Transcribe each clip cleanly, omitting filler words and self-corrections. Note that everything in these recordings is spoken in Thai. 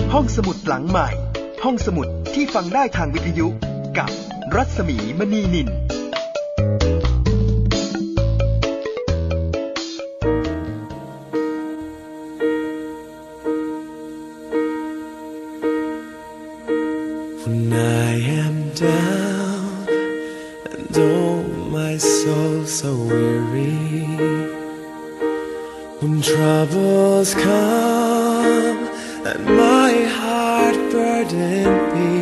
ห้องสมุดหลังใหม่ห้องสมุดที่ฟังได้ทางวิทยุกับรัศมีมณีนิน When I am down and oh my soul so weary, when troubles come and my heart burden me,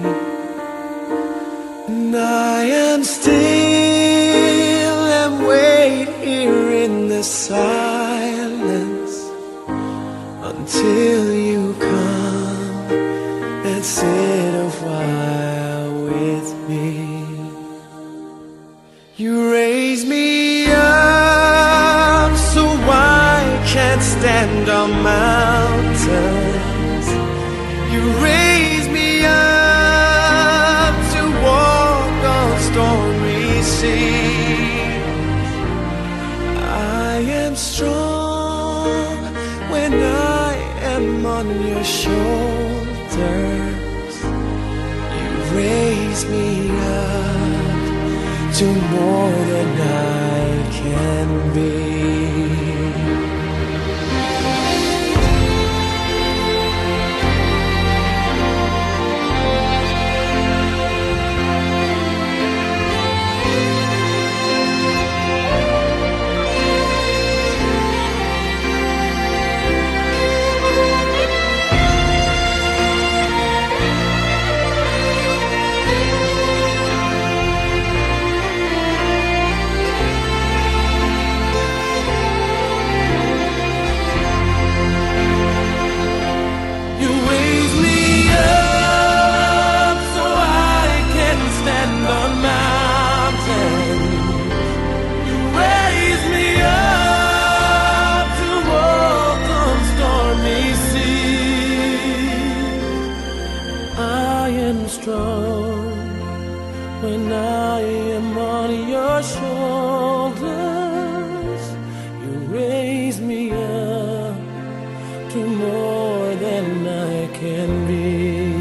and I am still and wait here in the silence until you come and sit a while with me. You raise me up so I can't stand on mountains. You raise me up to walk on stormy seas. I am strong when I am on your shoulders. You raise me up to more than I can be. When I am on your shoulders, you raise me up to more than I can be.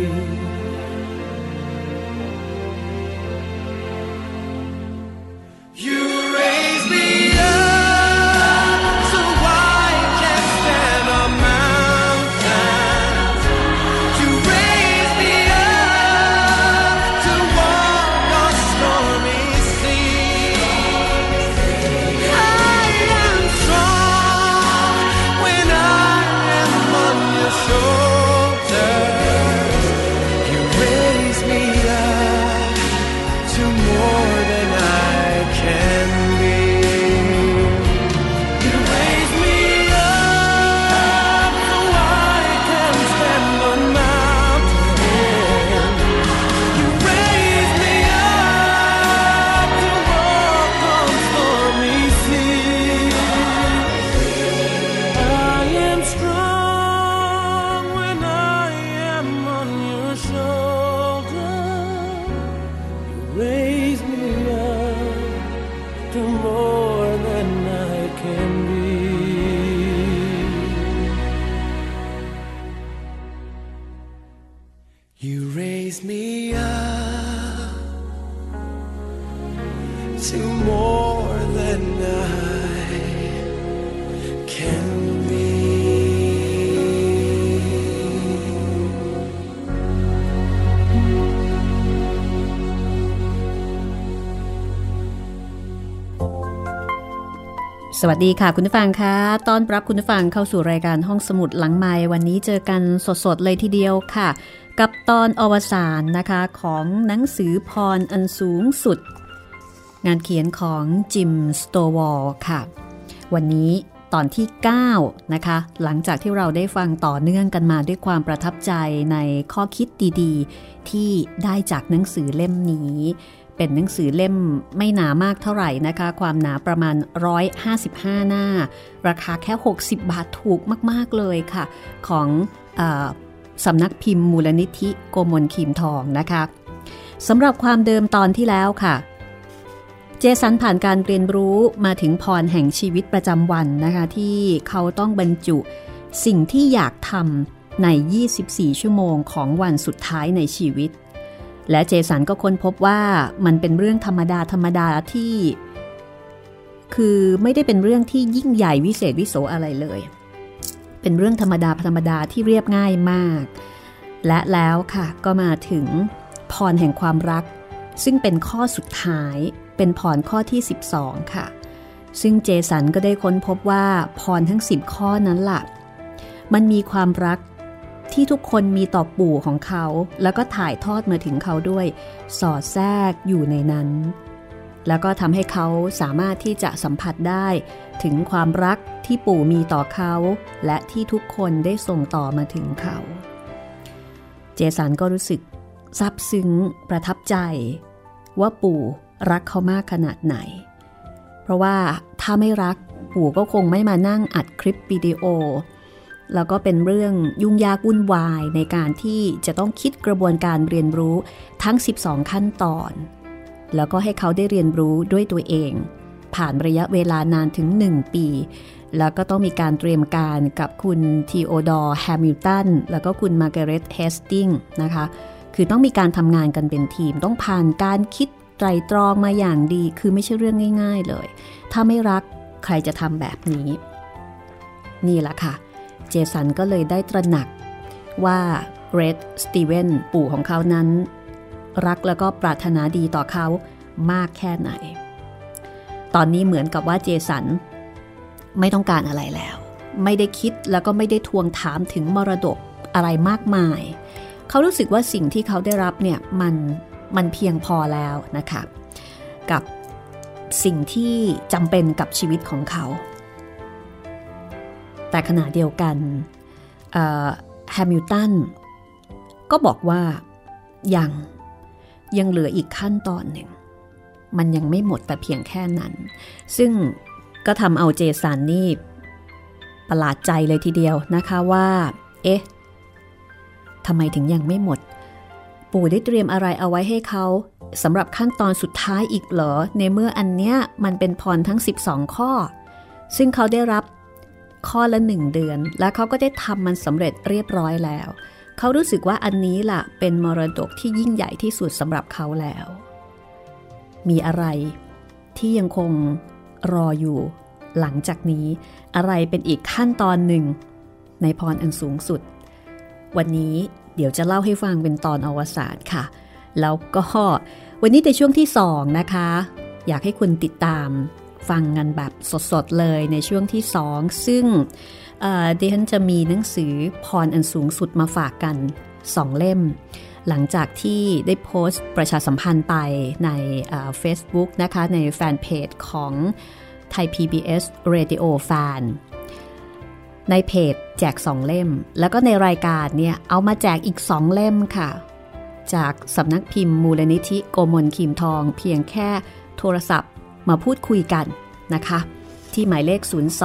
You raise me up so I can stand on mountains. You raise me up to walk on stormy seas. I am strong when I am on your shoulders. You raise me up to more than I can be. You raise me up so I can stand on mountains. You raise me up to walk on stormy seas. I am strong when I am on your shoulder. You raise me up to more than I can be. You raise me up to more than I can be. สวัสดีค่ะคุณผู้ฟังคะต้อนรับคุณผู้ฟังเข้าสู่รายการห้องสมุดหลังไมค์วันนี้เจอกันสดๆเลยทีเดียวค่ะ กับตอนอวสานนะคะของหนังสือพรอันสูงสุด งานเขียนของจิมสโตวอลค่ะวันนี้ตอนที่9นะคะหลังจากที่เราได้ฟังต่อเนื่องกันมาด้วยความประทับใจในข้อคิดดีๆที่ได้จากหนังสือเล่มนี้เป็นหนังสือเล่มไม่หนามากเท่าไหร่นะคะความหนาประมาณ155หน้าราคาแค่60บาทถูกมากๆเลยค่ะของสำนักพิมพ์มูลนิธิโกมลคีมทองนะคะสำหรับความเดิมตอนที่แล้วค่ะเจสันผ่านการเรียนรู้มาถึงพรแห่งชีวิตประจำวันนะคะที่เขาต้องบรรจุสิ่งที่อยากทำใน 24 ชั่วโมงของวันสุดท้ายในชีวิตและเจสันก็ค้นพบว่ามันเป็นเรื่องธรรมดาที่คือไม่ได้เป็นเรื่องที่ยิ่งใหญ่วิเศษวิโสอะไรเลยเป็นเรื่องธรรมดาที่เรียบง่ายมากและแล้วค่ะก็มาถึงพรแห่งความรักซึ่งเป็นข้อสุดท้ายเป็นพรข้อที่12ค่ะซึ่งเจสันก็ได้ค้นพบว่าพรทั้ง10ข้อนั้นล่ะมันมีความรักที่ทุกคนมีต่อปู่ของเขาแล้วก็ถ่ายทอดมาถึงเขาด้วยสอดแทรกอยู่ในนั้นแล้วก็ทำให้เขาสามารถที่จะสัมผัสได้ถึงความรักที่ปู่มีต่อเขาและที่ทุกคนได้ส่งต่อมาถึงเขาเจสันก็รู้สึกซาบซึ้งประทับใจว่าปู่รักเขามากขนาดไหนเพราะว่าถ้าไม่รักปู่ก็คงไม่มานั่งอัดคลิปวิดีโอแล้วก็เป็นเรื่องยุ่งยากวุ่นวายในการที่จะต้องคิดกระบวนการเรียนรู้ทั้ง12ขั้นตอนแล้วก็ให้เขาได้เรียนรู้ด้วยตัวเองผ่านระยะเวลานานถึง1 ปีแล้วก็ต้องมีการเตรียมการกับคุณทีโอดอร์แฮมิลตันแล้วก็คุณมาร์กาเร็ตเฮสติงนะคะคือต้องมีการทำงานกันเป็นทีมต้องผ่านการคิดไตร่ตรองมาอย่างดีคือไม่ใช่เรื่องง่ายๆเลยถ้าไม่รักใครจะทำแบบนี้นี่แหละค่ะเจสันก็เลยได้ตระหนักว่าเรดสตีเวนปู่ของเขานั้นรักแล้วก็ปรารถนาดีต่อเขามากแค่ไหนตอนนี้เหมือนกับว่าเจสันไม่ต้องการอะไรแล้วไม่ได้คิดแล้วก็ไม่ได้ทวงถามถึงมรดกอะไรมากมายเขารู้สึกว่าสิ่งที่เขาได้รับเนี่ยมันเพียงพอแล้วนะคะกับสิ่งที่จำเป็นกับชีวิตของเขาแต่ขณะเดียวกันแฮมิลตันก็บอกว่ายังเหลืออีกขั้นตอนหนึ่งมันยังไม่หมดแต่เพียงแค่นั้นซึ่งก็ทำเอาเจสันนี่ประหลาดใจเลยทีเดียวนะคะว่าเอ๊ะทำไมถึงยังไม่หมดปู่ได้เตรียมอะไรเอาไว้ให้เขาสำหรับขั้นตอนสุดท้ายอีกเหรอในเมื่ออันเนี้ยมันเป็นพรทั้ง12ข้อซึ่งเขาได้รับข้อละ1 เดือนและเขาก็ได้ทำมันสำเร็จเรียบร้อยแล้วเขารู้สึกว่าอันนี้ล่ะเป็นมรดกที่ยิ่งใหญ่ที่สุดสำหรับเขาแล้วมีอะไรที่ยังคงรออยู่หลังจากนี้อะไรเป็นอีกขั้นตอนหนึ่งในพรอันสูงสุดวันนี้เดี๋ยวจะเล่าให้ฟังเป็นตอนอวสานค่ะแล้วก็วันนี้ในช่วงที่2นะคะอยากให้คุณติดตามฟังกันแบบสดๆเลยในช่วงที่2ซึ่งดิฉันจะมีหนังสือพรอันสูงสุดมาฝากกัน2 เล่มหลังจากที่ได้โพสต์ประชาสัมพันธ์ไปในFacebook นะคะในแฟนเพจของไทย PBS Radio Fan ในเพจแจก2 เล่มแล้วก็ในรายการเนี่ยเอามาแจกอีก2 เล่มค่ะจากสำนักพิมพ์มูลนิธิโกมลคีมทองเพียงแค่โทรศัพท์มาพูดคุยกันนะคะที่หมายเลข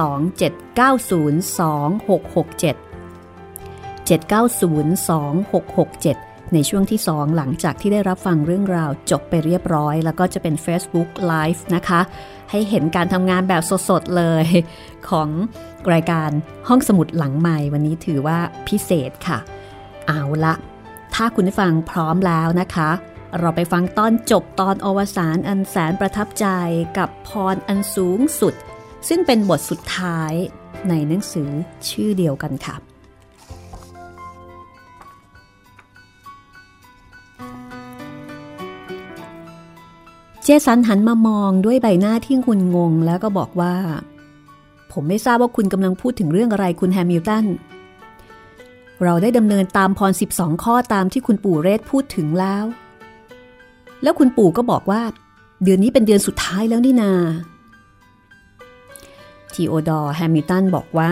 02-790-2667 790-2667ในช่วงที่2หลังจากที่ได้รับฟังเรื่องราวจบไปเรียบร้อยแล้วก็จะเป็น Facebook Live นะคะให้เห็นการทำงานแบบสดๆเลยของรายการห้องสมุดหลังใหม่วันนี้ถือว่าพิเศษค่ะเอาละถ้าคุณได้ฟังพร้อมแล้วนะคะเราไปฟังตอนจบตอนอวสานอันแสนประทับใจกับพรอันสูงสุดซึ่งเป็นบทสุดท้ายในหนังสือชื่อเดียวกันค่ะเจสันหันมามองด้วยใบหน้าที่งุนงงแล้วก็บอกว่าผมไม่ทราบว่าคุณกำลังพูดถึงเรื่องอะไรคุณแฮมิลตันเราได้ดำเนินตามพร12ข้อตามที่คุณปู่เรดพูดถึงแล้วคุณปู่ก็บอกว่าเดือนนี้เป็นเดือนสุดท้ายแล้วนี่นาทีโอดอร์แฮมิลตันบอกว่า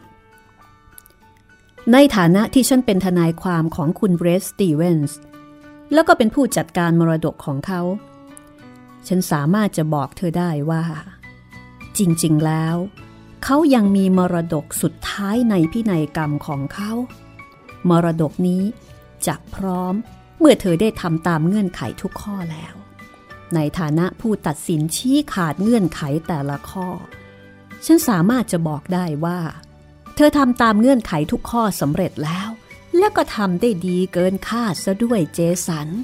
ในฐานะที่ฉันเป็นทนายความของคุณเรดสตีเวนส์แล้วก็เป็นผู้จัดการมรดกของเขาฉันสามารถจะบอกเธอได้ว่าจริงๆแล้วเขายังมีมรดกสุดท้ายในพินัยกรรมของเขามรดกนี้จะพร้อมเมื่อเธอได้ทำตามเงื่อนไขทุกข้อแล้วในฐานะผู้ตัดสินชี้ขาดเงื่อนไขแต่ละข้อฉันสามารถจะบอกได้ว่าเธอทำตามเงื่อนไขทุกข้อสำเร็จแล้วและก็ทำได้ดีเกินคาดซะด้วยเจสัน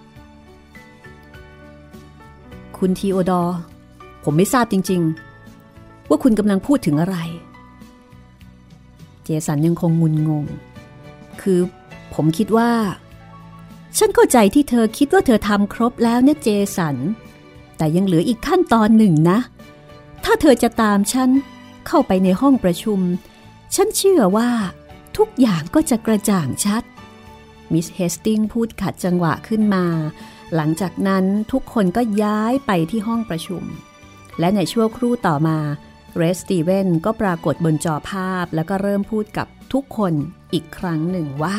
คุณทีโอดอร์ผมไม่ทราบจริงๆว่าคุณกำลังพูดถึงอะไรเจสันยังคงงุนงงคือผมคิดว่าฉันเข้าใจที่เธอคิดว่าเธอทำครบแล้วเนี่ยเจสันแต่ยังเหลืออีกขั้นตอนหนึ่งนะถ้าเธอจะตามฉันเข้าไปในห้องประชุมฉันเชื่อว่าทุกอย่างก็จะกระจ่างชัดมิสเฮสติงพูดขัดจังหวะขึ้นมาหลังจากนั้นทุกคนก็ย้ายไปที่ห้องประชุมและในชั่วครู่ต่อมาเรสตีเวนก็ปรากฏบนจอภาพแล้วก็เริ่มพูดกับทุกคนอีกครั้งหนึ่งว่า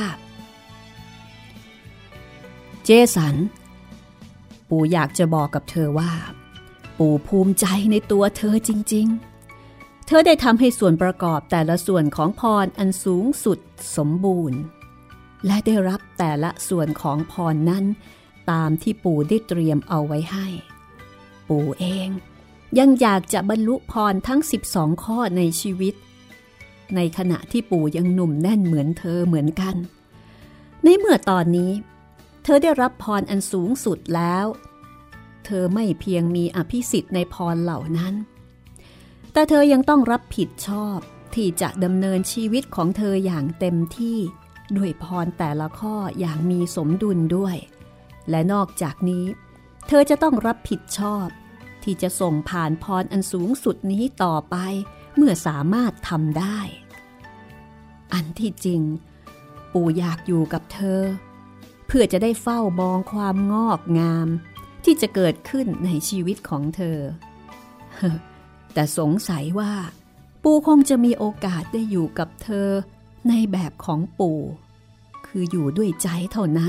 เจสันปู่อยากจะบอกกับเธอว่าปู่ภูมิใจในตัวเธอจริงๆเธอได้ทำให้ส่วนประกอบแต่ละส่วนของพรอันสูงสุดสมบูรณ์และได้รับแต่ละส่วนของพรนั้นตามที่ปู่ได้เตรียมเอาไว้ให้ปู่เองยังอยากจะบรรลุพรทั้ง12ข้อในชีวิตในขณะที่ปู่ยังหนุ่มแน่นเหมือนเธอเหมือนกันในเมื่อตอนนี้เธอได้รับพรอันสูงสุดแล้วเธอไม่เพียงมีอภิสิทธิ์ในพรเหล่านั้นแต่เธอยังต้องรับผิดชอบที่จะดำเนินชีวิตของเธออย่างเต็มที่ด้วยพรแต่ละข้ออย่างมีสมดุลด้วยและนอกจากนี้เธอจะต้องรับผิดชอบที่จะส่งผ่านพรอันสูงสุดนี้ต่อไปเมื่อสามารถทำได้อันที่จริงปู่อยากอยู่กับเธอเพื่อจะได้เฝ้ามองความงอกงามที่จะเกิดขึ้นในชีวิตของเธอ แต่สงสัยว่าปู่คงจะมีโอกาสได้อยู่กับเธอในแบบของปู่คืออยู่ด้วยใจเท่านั้น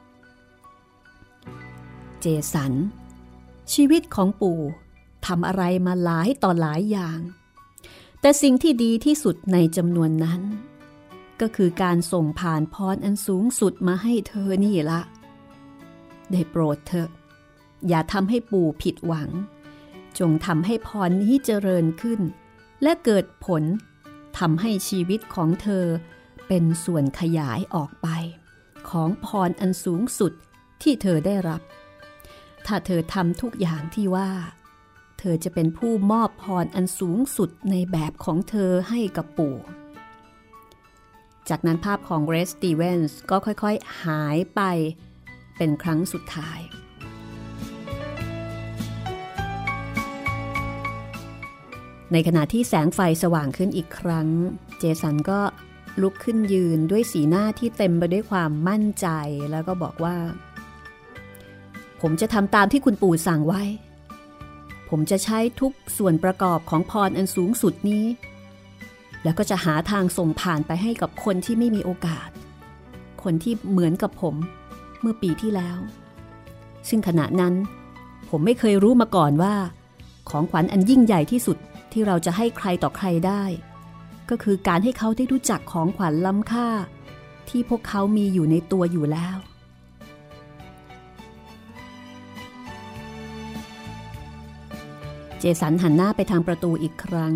เจสันชีวิตของปู่ทำอะไรมาหลายต่อหลายอย่างแต่สิ่งที่ดีที่สุดในจำนวนนั้นก็คือการส่งผ่านพรอันสูงสุดมาให้เธอนี่ละได้โปรดเถอะอย่าทำให้ปู่ผิดหวังจงทำให้พรนี้เจริญขึ้นและเกิดผลทำให้ชีวิตของเธอเป็นส่วนขยายออกไปของพรอันสูงสุดที่เธอได้รับถ้าเธอทำทุกอย่างที่ว่าเธอจะเป็นผู้มอบพรอันสูงสุดในแบบของเธอให้กับปู่จากนั้นภาพของเรสตีเวนส์ก็ค่อยๆหายไปเป็นครั้งสุดท้ายในขณะที่แสงไฟสว่างขึ้นอีกครั้งเจสันก็ลุกขึ้นยืนด้วยสีหน้าที่เต็มไปด้วยความมั่นใจแล้วก็บอกว่าผมจะทำตามที่คุณปู่สั่งไว้ผมจะใช้ทุกส่วนประกอบของพรอันสูงสุดนี้แล้วก็จะหาทางส่งผ่านไปให้กับคนที่ไม่มีโอกาสคนที่เหมือนกับผมเมื่อปีที่แล้วซึ่งขณะนั้นผมไม่เคยรู้มาก่อนว่าของขวัญอันยิ่งใหญ่ที่สุดที่เราจะให้ใครต่อใครได้ก็คือการให้เขาได้รู้จักของขวัญล้ำค่าที่พวกเขามีอยู่ในตัวอยู่แล้วเจสันหันหน้าไปทางประตูอีกครั้ง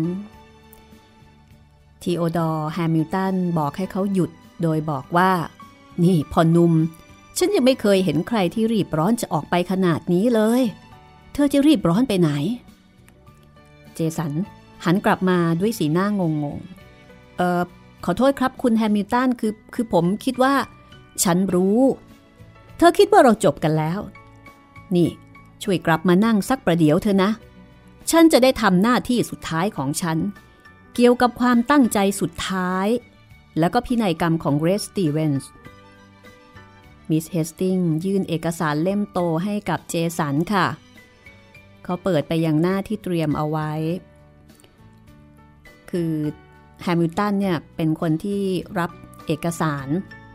ทีโอดอร์แฮมิลตันบอกให้เขาหยุดโดยบอกว่านี่พ่อหนุ่มฉันยังไม่เคยเห็นใครที่รีบร้อนจะออกไปขนาดนี้เลยเธอจะรีบร้อนไปไหนเจสันหันกลับมาด้วยสีหน้างงขอโทษครับคุณแฮมิลตันคือผมคิดว่าฉันรู้เธอคิดว่าเราจบกันแล้วนี่ช่วยกลับมานั่งสักประเดี๋ยวเถอะนะฉันจะได้ทำหน้าที่สุดท้ายของฉันเกี่ยวกับความตั้งใจสุดท้ายแล้วก็พินัยกรรมของเรสตีเวนส์มิสเฮสติงยื่นเอกสารเล่มโตให้กับเจสันค่ะเขาเปิดไปยังหน้าที่เตรียมเอาไว้คือแฮมิลตันเนี่ยเป็นคนที่รับเอกสาร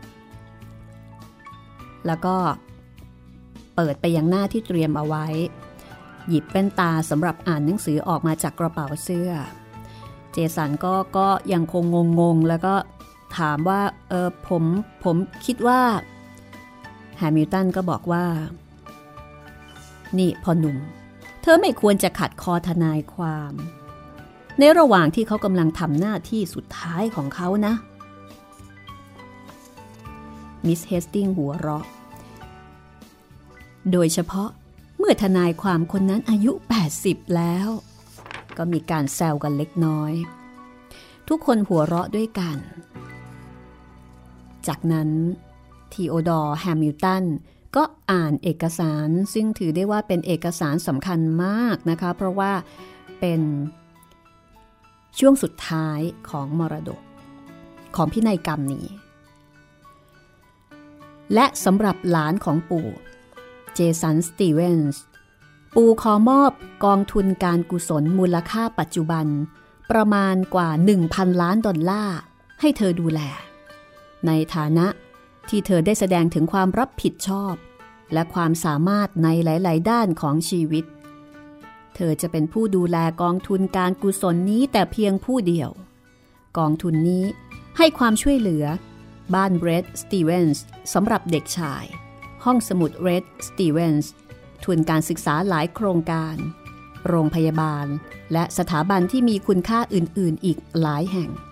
แล้วก็เปิดไปยังหน้าที่เตรียมเอาไว้หยิบแว่นตาสำหรับอ่านหนังสือออกมาจากกระเป๋าเสื้อเจสันก็ยังคงงงแล้วก็ถามว่าผมคิดว่าแฮมิลตันก็บอกว่านี่พ่อหนุ่มเธอไม่ควรจะขัดคอทนายความในระหว่างที่เขากำลังทำหน้าที่สุดท้ายของเขานะมิสเฮสติงหัวเราะโดยเฉพาะเมื่อทนายความคนนั้นอายุ80แล้วก็มีการแซวกันเล็กน้อยทุกคนหัวเราะด้วยกันจากนั้นทีโอดอร์แฮมิลตันก็อ่านเอกสารซึ่งถือได้ว่าเป็นเอกสารสำคัญมากนะคะเพราะว่าเป็นช่วงสุดท้ายของมรดกของพินัยกรรมนี้และสำหรับหลานของปู่เจสันสตีเวนส์ปู่ขอมอบกองทุนการกุศลมูลค่าปัจจุบันประมาณกว่า 1,000 ล้านดอลลาร์ให้เธอดูแลในฐานะที่เธอได้แสดงถึงความรับผิดชอบและความสามารถในหลายๆด้านของชีวิตเธอจะเป็นผู้ดูแลกองทุนการกุศลนี้แต่เพียงผู้เดียวกองทุนนี้ให้ความช่วยเหลือบ้านเรดสตีเวนส์สำหรับเด็กชายห้องสมุดเรดสตีเวนส์ทุนการศึกษาหลายโครงการโรงพยาบาลและสถาบันที่มีคุณค่าอื่นๆอีกหลายแห่ง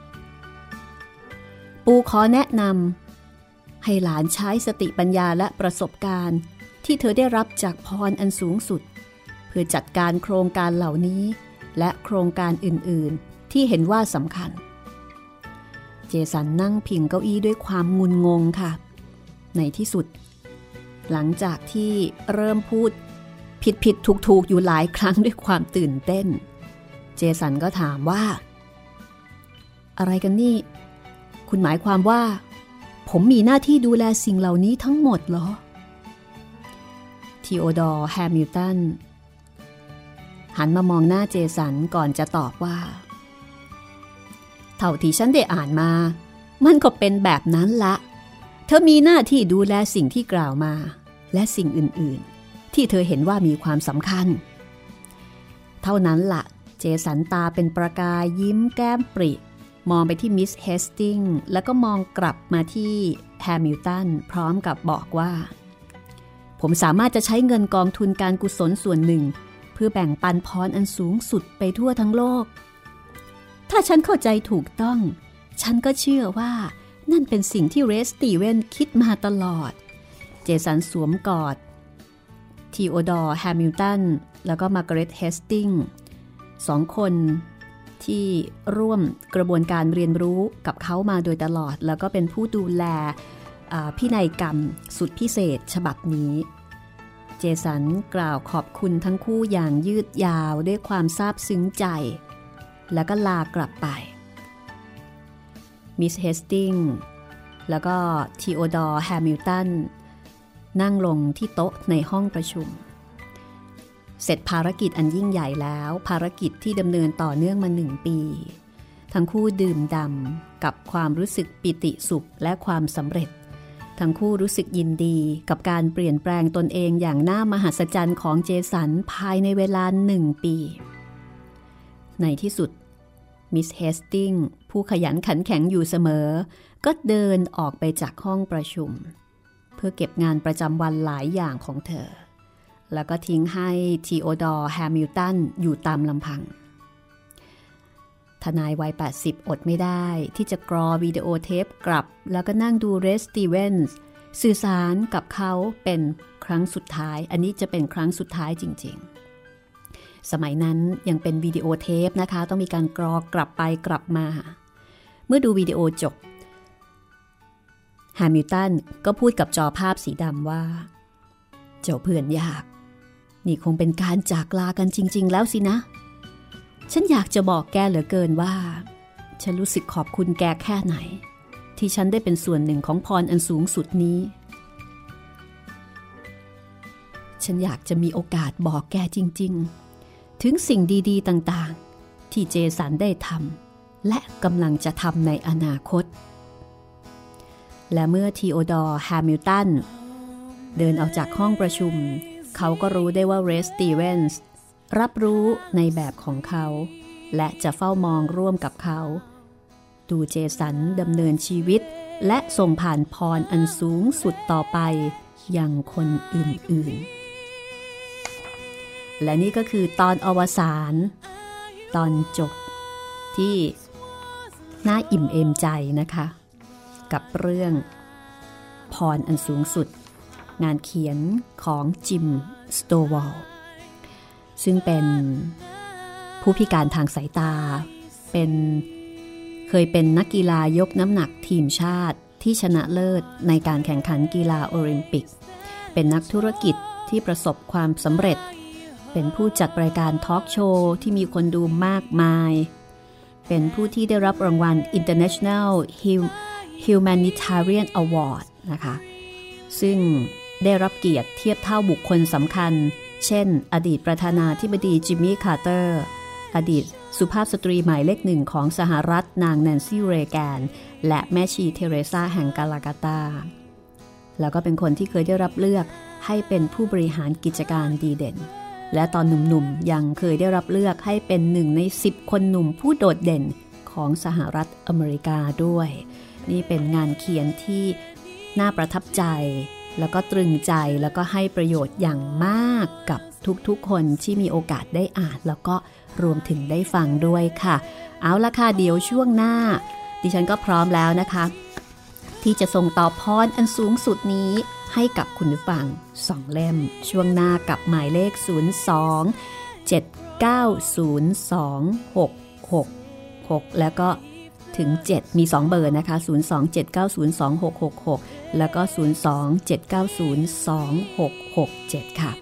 ปู่ขอแนะนำให้หลานใช้สติปัญญาและประสบการณ์ที่เธอได้รับจากพรอันสูงสุดเพื่อจัดการโครงการเหล่านี้และโครงการอื่นๆที่เห็นว่าสำคัญเจสันนั่งพิงเก้าอี้ด้วยความงุนงงค่ะในที่สุดหลังจากที่เริ่มพูดผิดถูกอยู่หลายครั้งด้วยความตื่นเต้นเจสันก็ถามว่าอะไรกันนี่คุณหมายความว่าผมมีหน้าที่ดูแลสิ่งเหล่านี้ทั้งหมดเหรอทีโอดอร์แฮมิลตันหันมามองหน้าเจสันก่อนจะตอบว่าเท่าที่ฉันได้อ่านมามันก็เป็นแบบนั้นละเธอมีหน้าที่ดูแลสิ่งที่กล่าวมาและสิ่งอื่นๆที่เธอเห็นว่ามีความสำคัญเท่านั้นละเจสันตาเป็นประกายยิ้มแก้มปริมองไปที่มิสเฮสติงแล้วก็มองกลับมาที่แฮมิลตันพร้อมกับบอกว่าผมสามารถจะใช้เงินกองทุนการกุศลส่วนหนึ่งเพื่อแบ่งปันพรอันสูงสุดไปทั่วทั้งโลกถ้าฉันเข้าใจถูกต้องฉันก็เชื่อว่านั่นเป็นสิ่งที่เรสตีเวนคิดมาตลอดเจสันสวมกอดทีโอดอร์แฮมิลตันแล้วก็มาร์กาเร็ตเฮสติงสองคนที่ร่วมกระบวนการเรียนรู้กับเขามาโดยตลอดแล้วก็เป็นผู้ดูแลพินัยกรรมสุดพิเศษฉบับนี้เจสันกล่าวขอบคุณทั้งคู่อย่างยืดยาวด้วยความซาบซึ้งใจแล้วก็ลากลับไปมิสเฮสติงแล้วก็ทีโอดอร์แฮมิลตันนั่งลงที่โต๊ะในห้องประชุมเสร็จภารกิจอันยิ่งใหญ่แล้วภารกิจที่ดำเนินต่อเนื่องมา1 ปีทั้งคู่ดื่มด่ำกับความรู้สึกปิติสุขและความสำเร็จทั้งคู่รู้สึกยินดีกับการเปลี่ยนแปลงตนเองอย่างน่ามหัศจรรย์ของเจสันภายในเวลา1 ปีในที่สุดมิสเฮสติงผู้ขยันขันแข็งอยู่เสมอก็เดินออกไปจากห้องประชุมเพื่อเก็บงานประจำวันหลายอย่างของเธอแล้วก็ทิ้งให้ทีโอดอร์แฮมิลตันอยู่ตามลำพังทนายวัย80อดไม่ได้ที่จะกรอวิดีโอเทปกลับแล้วก็นั่งดูเรสตีเวนส์สื่อสารกับเขาเป็นครั้งสุดท้ายอันนี้จะเป็นครั้งสุดท้ายจริงๆสมัยนั้นยังเป็นวิดีโอเทปนะคะต้องมีการกรอกลับไปกลับมาเมื่อดูวิดีโอจบแฮมิลตันก็พูดกับจอภาพสีดำว่าเจ้าเพื่อนยากนี่คงเป็นการจากลากันจริงๆแล้วสินะฉันอยากจะบอกแกเหลือเกินว่าฉันรู้สึกขอบคุณแกแค่ไหนที่ฉันได้เป็นส่วนหนึ่งของพรอันสูงสุดนี้ฉันอยากจะมีโอกาสบอกแกจริงๆถึงสิ่งดีๆต่างๆที่เจสันได้ทำและกำลังจะทำในอนาคตและเมื่อทีโอดอร์แฮมิลตันเดินออกจากห้องประชุมเขาก็รู้ได้ว่าเรสตีเวนส์รับรู้ในแบบของเขาและจะเฝ้ามองร่วมกับเขาดูเจสันดำเนินชีวิตและส่งผ่านพรอันสูงสุดต่อไปยังคนอื่นๆและนี่ก็คือตอนอวสานตอนจบที่น่าอิ่มเอมใจนะคะกับเรื่องพรอันสูงสุดงานเขียนของจิมสโตวอลซึ่งเป็นผู้พิการทางสายตาเคยเป็นนักกีฬายกน้ำหนักทีมชาติที่ชนะเลิศในการแข่งขันกีฬาโอลิมปิกเป็นนักธุรกิจที่ประสบความสำเร็จเป็นผู้จัดรายการทอล์กโชว์ที่มีคนดูมากมายเป็นผู้ที่ได้รับรางวัล International Humanitarian Award นะคะซึ่งได้รับเกียรติเทียบเท่าบุคคลสำคัญเช่นอดีตประธานาธิบดีจิมมี่คาร์เตอร์อดีตสุภาพสตรีหมายเลขหนึ่งของสหรัฐนางแนนซี่เรแกนและแม่ชีเทเรซาแห่งกาลากาตาแล้วก็เป็นคนที่เคยได้รับเลือกให้เป็นผู้บริหารกิจการดีเด่นและตอนหนุ่มๆยังเคยได้รับเลือกให้เป็นหนึ่งใน10คนหนุ่มผู้โดดเด่นของสหรัฐอเมริกาด้วยนี่เป็นงานเขียนที่น่าประทับใจแล้วก็ตรึงใจแล้วก็ให้ประโยชน์อย่างมากกับทุกๆคนที่มีโอกาสได้อ่านแล้วก็รวมถึงได้ฟังด้วยค่ะเอาละค่ะเดี๋ยวช่วงหน้าดิฉันก็พร้อมแล้วนะคะที่จะส่งต่อพรอันสูงสุดนี้ให้กับคุณผู้ฟัง2เล่มช่วงหน้ากับหมายเลข02-7902666แล้วก็ถึง7มี2เบอร์นะคะ02-7902666แล้วก็02-7902667ค่ะ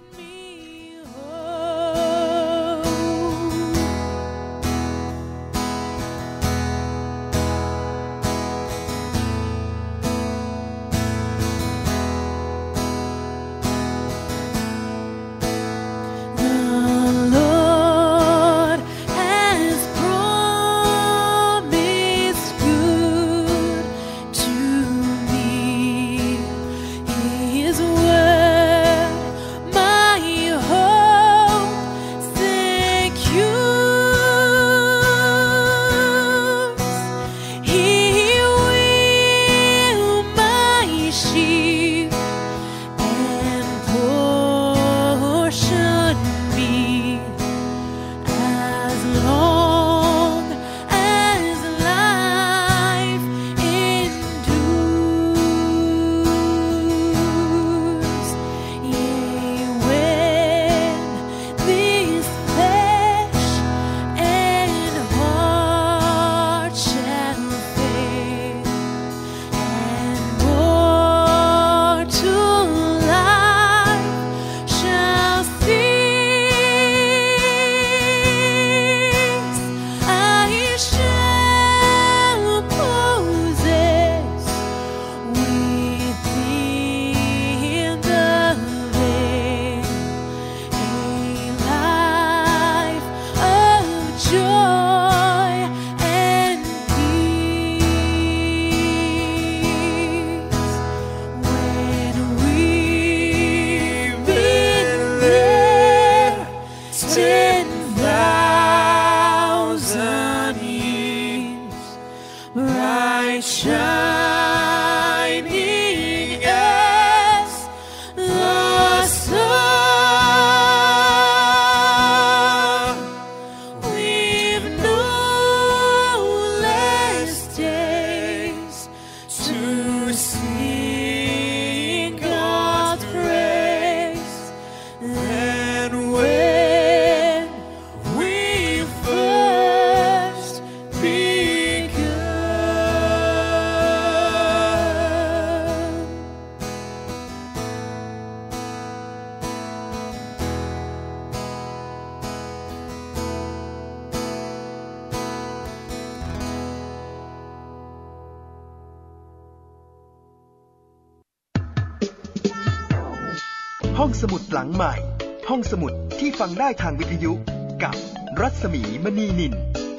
ห้องสมุดหลังใหม่ห้องสมุดที่ฟังได้ทางวิทยุกับรัศมีมณีนิน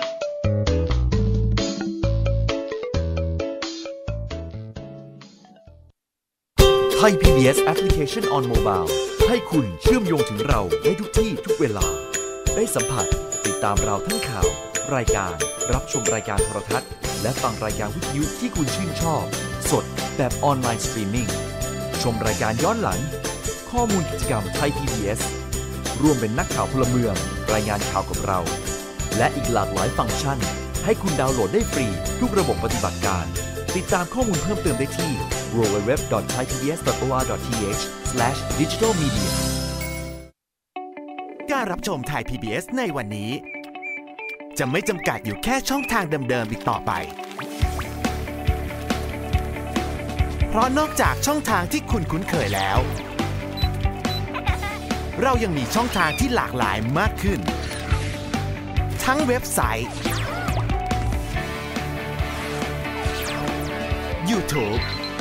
ไทย PBS Application on Mobile ให้คุณเชื่อมโยงถึงเราได้ทุกที่ทุกเวลาได้สัมผัสติดตามเราทั้งข่าวรายการรับชมรายการโทรทัศน์และฟังรายการวิทยุที่คุณชื่นชอบสดแบบออนไลน์สตรีมมิ่งชมรายการย้อนหลังข้อมูลกิจกรรมไทย PBS ร่วมเป็นนักข่าวพลเมืองรายงานข่าวกับเราและอีกหลากหลายฟังก์ชันให้คุณดาวน์โหลดได้ฟรีทุกระบบปฏิบัติการติดตามข้อมูลเพิ่มเติมได้ที่ www.thaipbs.or.th/digitalmedia การรับชมไทย PBS ในวันนี้จะไม่จำกัดอยู่แค่ช่องทางเดิมๆอีกต่อไปเพราะนอกจากช่องทางที่คุณคุ้นเคยแล้วเรายังมีช่องทางที่หลากหลายมากขึ้นทั้งเว็บไซต์ YouTube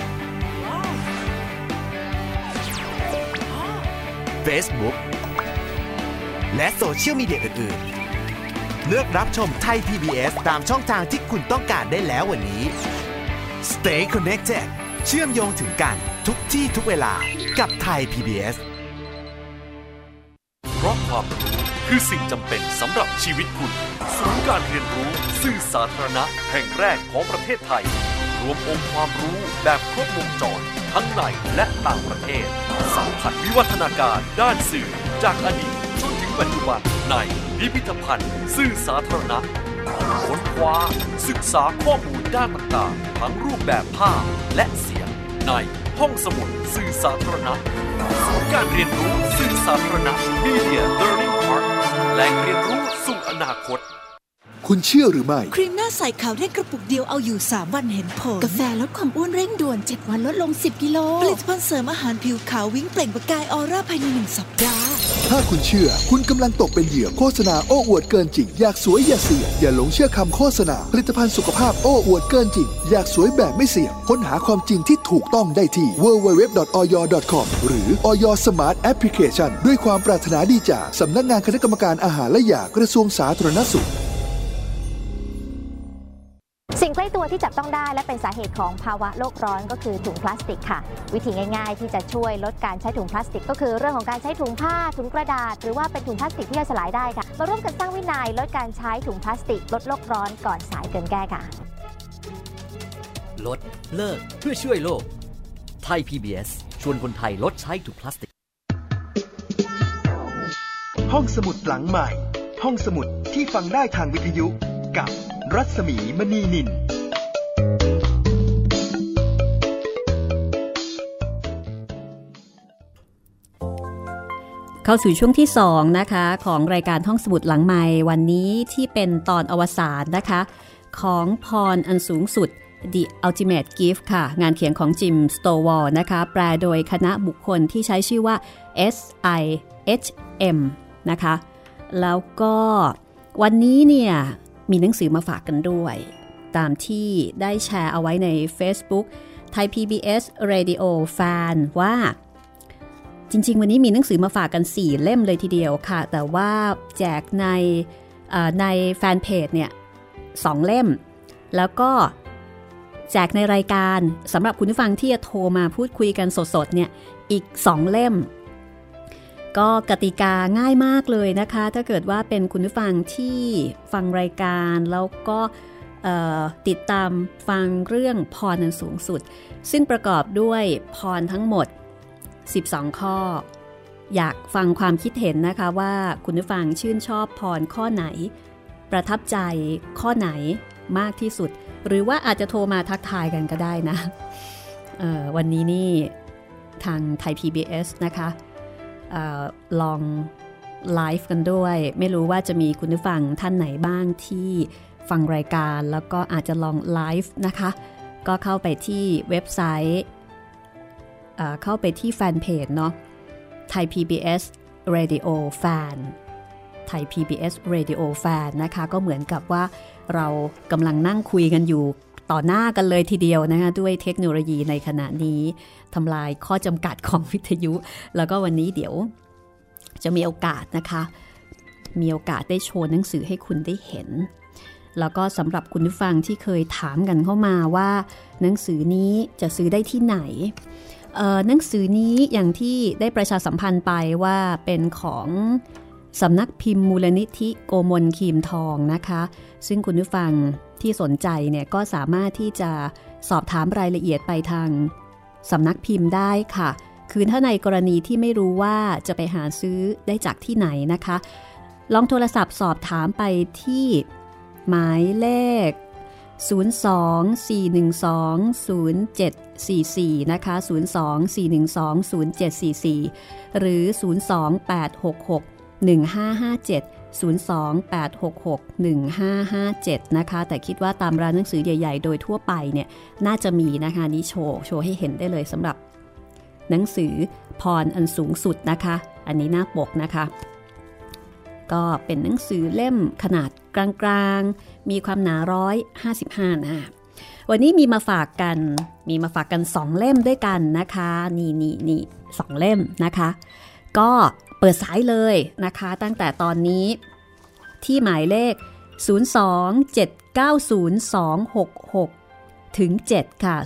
Facebook และโซเชียลมีเดียอื่นๆเลือกรับชมไทย PBS ตามช่องทางที่คุณต้องการได้แล้ววันนี้ Stay connected เชื่อมโยงถึงกันทุกที่ทุกเวลากับไทย PBS เพราะความรู้คือสิ่งจำเป็นสำหรับชีวิตคุณศูนย์การเรียนรู้สื่อสาธารณะแห่งแรกของประเทศไทยรวมองค์ความรู้แบบครบวงจรทั้งในและต่างประเทศสัมผัสวิวัฒนาการด้านสื่อจากอดีตจนถึงปัจจุบันในพิพิธภัณฑ์สื่อสาธารณะค้นคว้าศึกษาข้อมูลด้านต่างๆทั้งรูปแบบภาพและเสียงในห้องสมุดสื่อสาธารณะศูนย์การเรียนรู้สื่อสาธารณะ Media Learning Park แหล่งเรียนรู้สู่อนาคตคุณเชื่อหรือไม่ครีมหน้าใสขาวเร่งกระปุกเดียวเอาอยู่3วันเห็นผลกาแฟลดความอ้วนเร่งด่วน7วันลดลง10กิโลผลิตภัณฑ์เสริมอาหารผิวขาววิ่งเปล่งประกายออร่าภายใน1สัปดาห์ถ้าคุณเชื่อคุณกำลังตกเป็นเหยื่อโฆษณาโอ้อวดเกินจริงอยากสวยอย่าเสี่ยงอย่าหลงเชื่อคำโฆษณาผลิตภัณฑ์สุขภาพโอ้อวดเกินจริงอยากสวยแบบไม่เสี่ยงค้นหาความจริงที่ถูกต้องได้ที่ www.oyor.com หรือ Oyor Smart Application ด้วยความปรารถนาดีจากสำนักงานคณะกรรมการอาหารและยากระทรวงสาธารณสุขสิ่งใกล้ตัวที่จับต้องได้และเป็นสาเหตุของภาวะโลกร้อนก็คือถุงพลาสติกค่ะวิธีง่ายๆที่จะช่วยลดการใช้ถุงพลาสติกก็คือเรื่องของการใช้ถุงผ้าถุงกระดาษหรือว่าเป็นถุงพลาสติกที่ย่อยสลายได้ค่ะมาร่วมกันสร้างวินัยลดการใช้ถุงพลาสติกลดโลกร้อนก่อนสายเกินแก้ค่ะลดเลิกเพื่อช่วยโลกไทย PBS ชวนคนไทยลดใช้ถุงพลาสติกห้องสมุดหลังใหม่ห้องสมุดที่ฟังได้ทางวิทยุกับรัศมีมณีนินเข้าสู่ช่วงที่2นะคะของรายการห้องสมุดหลังใหม่วันนี้ที่เป็นตอนอวสานนะคะของพรอันสูงสุด The Ultimate Gift ค่ะงานเขียนของจิมสโตวอลนะคะแปลโดยคณะบุคคลที่ใช้ชื่อว่า SIHM นะคะแล้วก็วันนี้เนี่ยมีหนังสือมาฝากกันด้วยตามที่ได้แชร์เอาไว้ใน Facebook Thai PBS Radio Fan ว่าจริงๆวันนี้มีหนังสือมาฝากกัน4เล่มเลยทีเดียวค่ะแต่ว่าแจกในแฟนเพจเนี่ย2เล่มแล้วก็แจกในรายการสำหรับคุณผู้ฟังที่จะโทรมาพูดคุยกันสดๆเนี่ยอีก2เล่มก็กติกาง่ายมากเลยนะคะถ้าเกิดว่าเป็นคุณผู้ฟังที่ฟังรายการแล้วก็ติดตามฟังเรื่องพรอันสูงสุดซึ่งประกอบด้วยพรทั้งหมด12ข้ออยากฟังความคิดเห็นนะคะว่าคุณผู้ฟังชื่นชอบพรข้อไหนประทับใจข้อไหนมากที่สุดหรือว่าอาจจะโทรมาทักทายกันก็ได้นะวันนี้นี่ทางไทย PBS นะคะลองไลฟ์กันด้วยไม่รู้ว่าจะมีคุณผู้ฟังท่านไหนบ้างที่ฟังรายการแล้วก็อาจจะลองไลฟ์นะคะก็เข้าไปที่เว็บไซต์เข้าไปที่แฟนเพจเนาะ Thai PBS Radio Fan Thai PBS Radio Fan นะคะก็เหมือนกับว่าเรากำลังนั่งคุยกันอยู่ต่อหน้ากันเลยทีเดียวนะคะด้วยเทคโนโลยีในขณะนี้ทำลายข้อจำกัดของวิทยุแล้วก็วันนี้เดี๋ยวจะมีโอกาสนะคะมีโอกาสได้โชว์หนังสือให้คุณได้เห็นแล้วก็สำหรับคุณผู้ฟังที่เคยถามกันเข้ามาว่าหนังสือนี้จะซื้อได้ที่ไหนหนังสือนี้อย่างที่ได้ประชาสัมพันธ์ไปว่าเป็นของสำนักพิมพ์มูลนิธิโกมลคีมทองนะคะซึ่งคุณผู้ฟังที่สนใจเนี่ยก็สามารถที่จะสอบถามรายละเอียดไปทางสำนักพิมพ์ได้ค่ะคือถ้าในกรณีที่ไม่รู้ว่าจะไปหาซื้อได้จากที่ไหนนะคะลองโทรศัพท์สอบถามไปที่หมายเลข 024120744 นะคะ 024120744 หรือ 028661557 028661557 นะคะแต่คิดว่าตามร้านหนังสือใหญ่ๆโดยทั่วไปเนี่ยน่าจะมีนะคะนี้โชว์ให้เห็นได้เลยสำหรับหนังสือพรอันสูงสุดนะคะอันนี้หน้าปกนะคะก็เป็นหนังสือเล่มขนาดกลางๆมีความหนา155 หน้าวันนี้มีมาฝากกัน2 เล่มด้วยกันนะคะนี่2 เล่มนะคะก็เปิดสายเลยนะคะตั้งแต่ตอนนี้ที่หมายเลข 027902266 ถึง 7 ค่ะ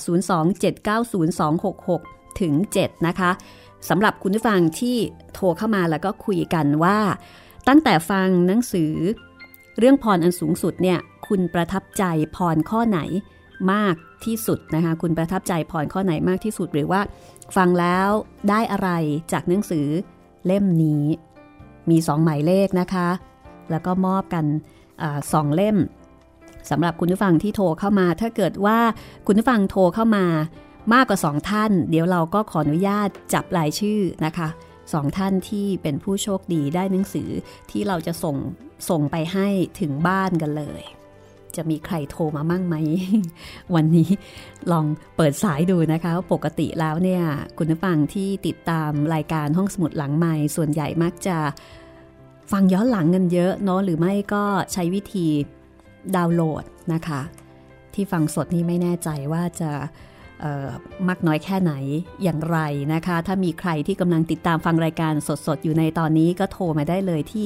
027902266 ถึง 7 นะคะสำหรับคุณผู้ฟังที่โทรเข้ามาแล้วก็คุยกันว่าตั้งแต่ฟังหนังสือเรื่องพรอันสูงสุดเนี่ยคุณประทับใจพรข้อไหนมากที่สุดนะคะคุณประทับใจพรข้อไหนมากที่สุดหรือว่าฟังแล้วได้อะไรจากหนังสือเล่มนี้มี2 หมายเลขนะคะแล้วก็มอบกัน2 เล่มสำหรับคุณผู้ฟังที่โทรเข้ามาถ้าเกิดว่าคุณผู้ฟังโทรเข้ามามากกว่า2 ท่านเดี๋ยวเราก็ขออนุญาตจับรายชื่อนะคะ2 ท่านที่เป็นผู้โชคดีได้หนังสือที่เราจะส่งไปให้ถึงบ้านกันเลยจะมีใครโทรมามั่งไหม วันนี้ลองเปิดสายดูนะคะปกติแล้วเนี่ยคุณผู้ฟังที่ติดตามรายการห้องสมุดหลังไมค์ส่วนใหญ่มักจะฟังย้อนหลังกันเยอะเนาะหรือไม่ก็ใช้วิธีดาวน์โหลดนะคะที่ฟังสดนี่ไม่แน่ใจว่าจะมากน้อยแค่ไหนอย่างไรนะคะถ้ามีใครที่กำลังติดตามฟังรายการสดๆอยู่ในตอนนี้ก็โทรมาได้เลยที่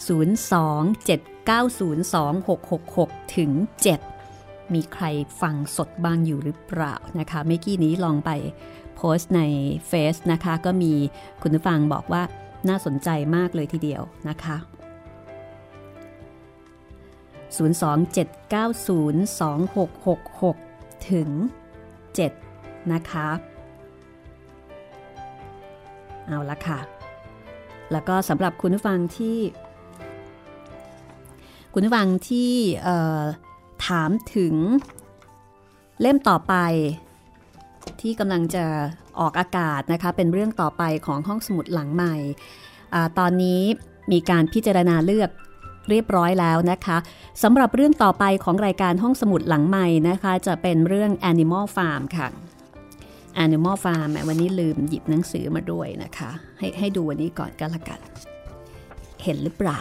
027902666 ถึง 7 มีใครฟังสดบ้างอยู่หรือเปล่านะคะเมื่อกี้นี้ลองไปโพสต์ในเฟซนะคะก็มีคุณผู้ฟังบอกว่าน่าสนใจมากเลยทีเดียวนะคะ 027902666 ถึง7 นะคะเอาละค่ะแล้วก็สำหรับคุณผู้ฟังที่ถามถึงเล่มต่อไปที่กำลังจะออกอากาศนะคะเป็นเรื่องต่อไปของห้องสมุดหลังใหม่ตอนนี้มีการพิจารณาเลือกเรียบร้อยแล้วนะคะสำหรับเรื่องต่อไปของรายการห้องสมุดหลังใหม่นะคะจะเป็นเรื่อง Animal Farm ค่ะ Animal Farm วันนี้ลืมหยิบหนังสือมาด้วยนะคะให้ดูวันนี้ก่อนก็แล้วกันเห็นหรือเปล่า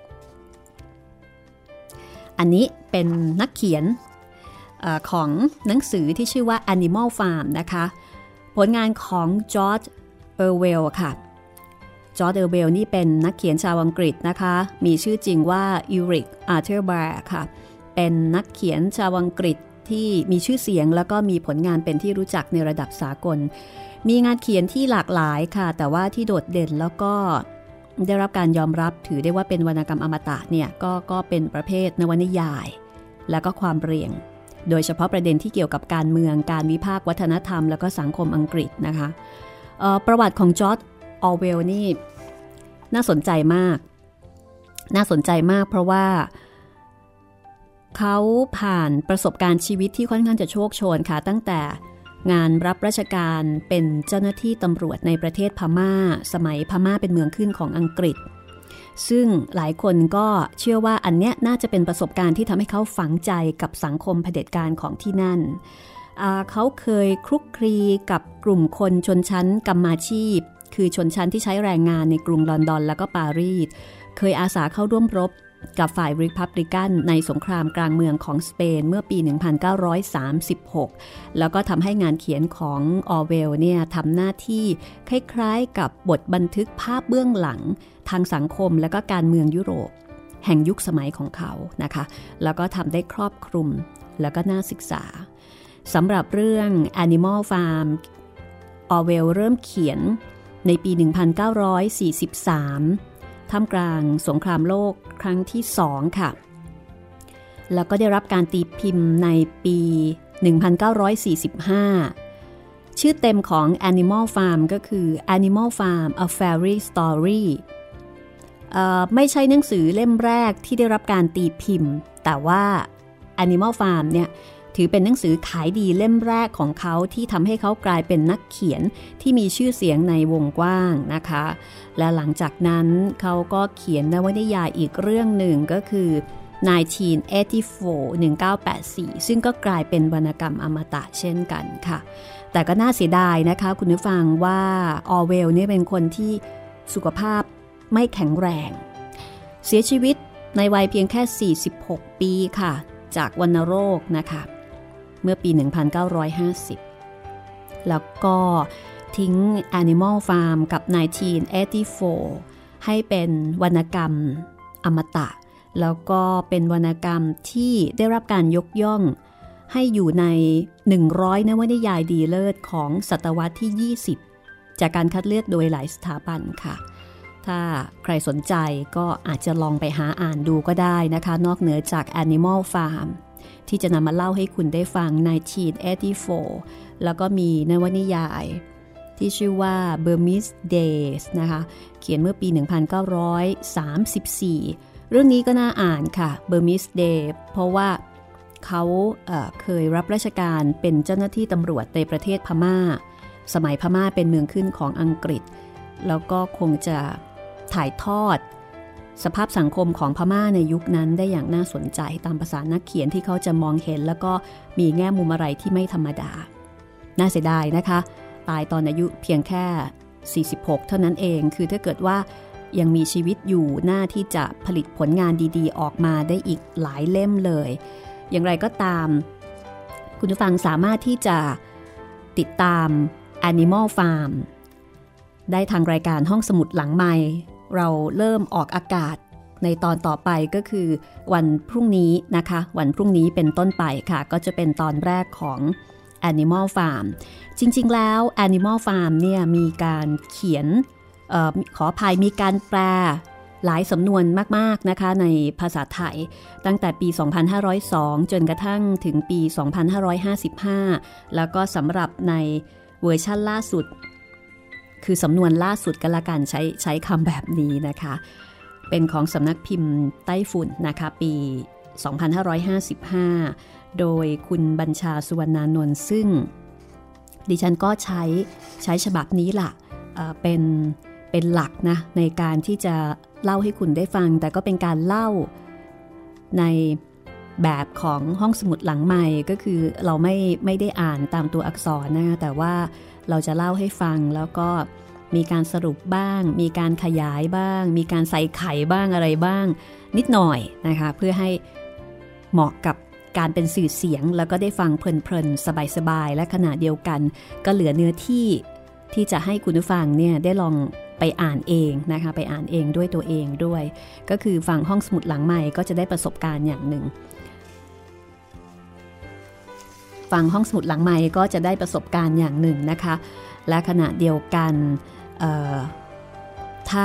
อันนี้เป็นนักเขียนของหนังสือที่ชื่อว่า Animal Farm นะคะผลงานของจอร์จเออร์เวลค่ะจอร์จเออร์เวลนี่เป็นนักเขียนชาวอังกฤษนะคะมีชื่อจริงว่าอิริกอาร์เธอร์แบร์ค่ะเป็นนักเขียนชาวอังกฤษที่มีชื่อเสียงแล้วก็มีผลงานเป็นที่รู้จักในระดับสากลมีงานเขียนที่หลากหลายค่ะแต่ว่าที่โดดเด่นแล้วก็ได้รับการยอมรับถือได้ว่าเป็นวรรณกรรมอมตะเนี่ยก็เป็นประเภทนวนิยายและก็ความเรียงโดยเฉพาะประเด็นที่เกี่ยวกับการเมืองการวิพากษ์วัฒนธรรมแล้วก็สังคมอังกฤษนะคะประวัติของจอร์จออร์เวลนี่น่าสนใจมากเพราะว่าเขาผ่านประสบการณ์ชีวิตที่ค่อนข้างจะโชคโชนค่ะตั้งแต่งานรับราชการเป็นเจ้าหน้าที่ตำรวจในประเทศพม่าสมัยพม่าเป็นเมืองขึ้นของอังกฤษซึ่งหลายคนก็เชื่อว่าอันเนี้ยน่าจะเป็นประสบการณ์ที่ทำให้เขาฝังใจกับสังคมเผด็จการของที่นั่นเขาเคยคลุกคลีกับกลุ่มคนชนชั้นกรรมาชีพคือชนชั้นที่ใช้แรงงานในกรุงลอนดอนแล้วก็ปารีสเคยอาสาเข้าร่วมรบกับฝ่ายริพับลิกันในสงครามกลางเมืองของสเปนเมื่อปี 1936 แล้วก็ทำให้งานเขียนของออร์เวลเนี่ยทำหน้าที่คล้ายๆกับบทบันทึกภาพเบื้องหลังทางสังคมและก็การเมืองยุโรปแห่งยุคสมัยของเขานะคะแล้วก็ทำได้ครอบคลุมแล้วก็น่าศึกษาสำหรับเรื่อง Animal Farm ออร์เวลเริ่มเขียนในปี 1943 ท่ามกลางสงครามโลกครั้งที่2ค่ะแล้วก็ได้รับการตีพิมพ์ในปี 1945 ชื่อเต็มของ Animal Farm ก็คือ Animal Farm A Fairy Story ไม่ใช่หนังสือเล่มแรกที่ได้รับการตีพิมพ์แต่ว่า Animal Farm เนี่ยถือเป็นหนังสือขายดีเล่มแรกของเขาที่ทำให้เขากลายเป็นนักเขียนที่มีชื่อเสียงในวงกว้างนะคะและหลังจากนั้นเขาก็เขียนนวนิยายอีกเรื่องหนึ่งก็คือ1984 ซึ่งก็กลายเป็นวรรณกรรมอมตะเช่นกันค่ะแต่ก็น่าเสียดายนะคะคุณผู้ฟังว่าออร์เวลเนี่ยเป็นคนที่สุขภาพไม่แข็งแรงเสียชีวิตในวัยเพียงแค่46ปีค่ะจากวัณโรคนะคะเมื่อปี 1950 แล้วก็ทิ้ง Animal Farm กับ 1984 ให้เป็นวรรณกรรมอมตะแล้วก็เป็นวรรณกรรมที่ได้รับการยกย่องให้อยู่ใน100นวนิยายดีเลิศของศตวรรษที่ 20 จากการคัดเลือกโดยหลายสถาบันค่ะถ้าใครสนใจก็อาจจะลองไปหาอ่านดูก็ได้นะคะนอกเหนือจาก Animal Farm ที่จะนำมาเล่าให้คุณได้ฟัง1984 แล้วก็มีนวนิยายที่ชื่อว่า Burmese Days นะคะเขียนเมื่อปี 1934 เรื่องนี้ก็น่าอ่านค่ะ Burmese Day เพราะว่าเขาเคยรับราชการเป็นเจ้าหน้าที่ตำรวจในประเทศพม่าสมัยพม่าเป็นเมืองขึ้นของอังกฤษแล้วก็คงจะถ่ายทอดสภาพสังคมของพม่าในยุคนั้นได้อย่างน่าสนใจตามภาษานักเขียนที่เขาจะมองเห็นแล้วก็มีแง่มุมอะไรที่ไม่ธรรมดาน่าเสียดายนะคะตายตอนอายุเพียงแค่46เท่านั้นเองคือถ้าเกิดว่ายังมีชีวิตอยู่หน้าที่จะผลิตผลงานดีๆออกมาได้อีกหลายเล่มเลยอย่างไรก็ตามคุณผู้ฟังสามารถที่จะติดตาม Animal Farm ได้ทางรายการห้องสมุดหลังไมค์เราเริ่มออกอากาศในตอนต่อไปก็คือวันพรุ่งนี้นะคะวันพรุ่งนี้เป็นต้นไปค่ะก็จะเป็นตอนแรกของ Animal Farm จริงๆแล้ว Animal Farm เนี่ยมีการเขียนขออภัยมีการแปลหลายสำนวนมากๆนะคะในภาษาไทยตั้งแต่ปี 2502 จนกระทั่งถึงปี 2555 แล้วก็สำหรับในเวอร์ชั่นล่าสุดคือสำนวนล่าสุดก็แล้วกันใช้คำแบบนี้นะคะเป็นของสำนักพิมพ์ไต้ฝุ่นนะคะปี 2555 โดยคุณบัญชาสุวรรณานนท์ซึ่งดิฉันก็ใช้ฉบับนี้ล่ะเป็นหลักนะในการที่จะเล่าให้คุณได้ฟังแต่ก็เป็นการเล่าในแบบของห้องสมุดหลังใหม่ก็คือเราไม่ได้อ่านตามตัวอักษรนะแต่ว่าเราจะเล่าให้ฟังแล้วก็มีการสรุปบ้างมีการขยายบ้างมีการใส่ไข่บ้างอะไรบ้างนิดหน่อยนะคะเพื่อให้เหมาะกับการเป็นสื่อเสียงแล้วก็ได้ฟังเพลินๆสบายๆและขณะเดียวกันก็เหลือเนื้อที่จะให้คุณผู้ฟังเนี่ยได้ลองไปอ่านเองนะคะไปอ่านเองด้วยตัวเองด้วยก็คือฟังห้องสมุดหลังใหม่ก็จะได้ประสบการณ์อย่างหนึ่งฟังห้องสมุดหลังใหม่ก็จะได้ประสบการณ์อย่างหนึ่งนะคะและขณะเดียวกันถ้า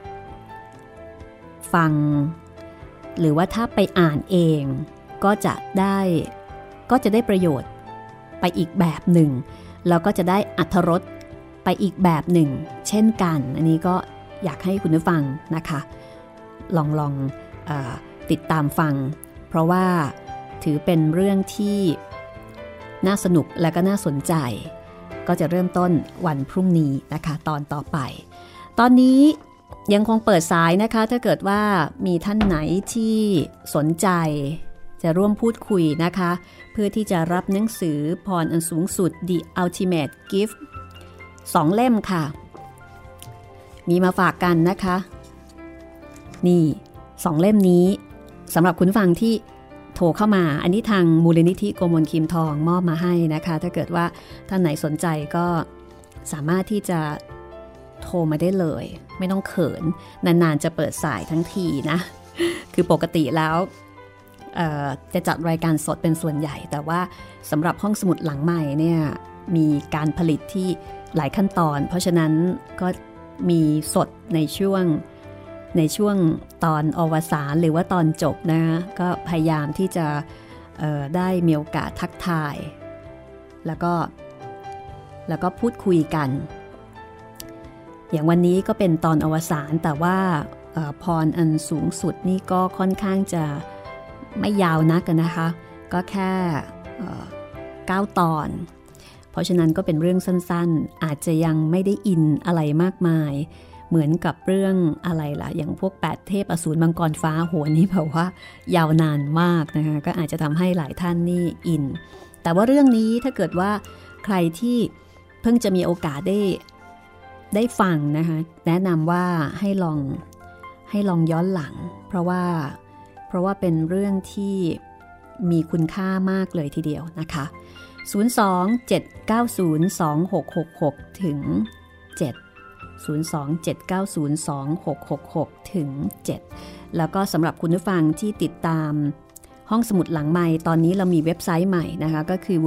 ฟังหรือว่าถ้าไปอ่านเองก็จะได้ประโยชน์ไปอีกแบบหนึ่งแล้วก็จะได้อรรถรสไปอีกแบบหนึ่งเช่นกันอันนี้ก็อยากให้คุณผู้ฟังนะคะลองติดตามฟังเพราะว่าถือเป็นเรื่องที่น่าสนุกและก็น่าสนใจก็จะเริ่มต้นวันพรุ่งนี้นะคะตอนต่อไปตอนนี้ยังคงเปิดสายนะคะถ้าเกิดว่ามีท่านไหนที่สนใจจะร่วมพูดคุยนะคะเพื่อที่จะรับหนังสือพรอันสูงสุด The Ultimate Gift 2 เล่มค่ะมีมาฝากกันนะคะนี่2 เล่มนี้สำหรับคุณฟังที่โทรเข้ามาอันนี้ทางมูลนิธิโกมลคิมทองมอบมาให้นะคะถ้าเกิดว่าท่านไหนสนใจก็สามารถที่จะโทรมาได้เลยไม่ต้องเขินนานๆจะเปิดสายทั้งทีนะคือปกติแล้วจะจัดรายการสดเป็นส่วนใหญ่แต่ว่าสำหรับห้องสมุดหลังใหม่เนี่ยมีการผลิตที่หลายขั้นตอนเพราะฉะนั้นก็มีสดในช่วงตอนอวสานหรือว่าตอนจบนะก็พยายามที่จะได้มีโอกาสทักทายแล้วก็พูดคุยกันอย่างวันนี้ก็เป็นตอนอวสานแต่ว่าพรอันสูงสุดนี่ก็ค่อนข้างจะไม่ยาวนักนะคะก็แค่9 ตอนเพราะฉะนั้นก็เป็นเรื่องสั้นๆอาจจะยังไม่ได้อินอะไรมากมายเหมือนกับเรื่องอะไรล่ะอย่างพวก8เทพอสูรมังกรฟ้าโหนี่แบบว่ายาวนานมากนะคะก็อาจจะทำให้หลายท่านนี่อินแต่ว่าเรื่องนี้ถ้าเกิดว่าใครที่เพิ่งจะมีโอกาสได้ฟังนะคะแนะนำว่าให้ลองย้อนหลังเพราะว่าเป็นเรื่องที่มีคุณค่ามากเลยทีเดียวนะคะ027902666ถึง7 027902666ถึง7แล้วก็สำหรับคุณผู้ฟังที่ติดตามห้องสมุดหลังไมค์ตอนนี้เรามีเว็บไซต์ใหม่นะคะก็คือ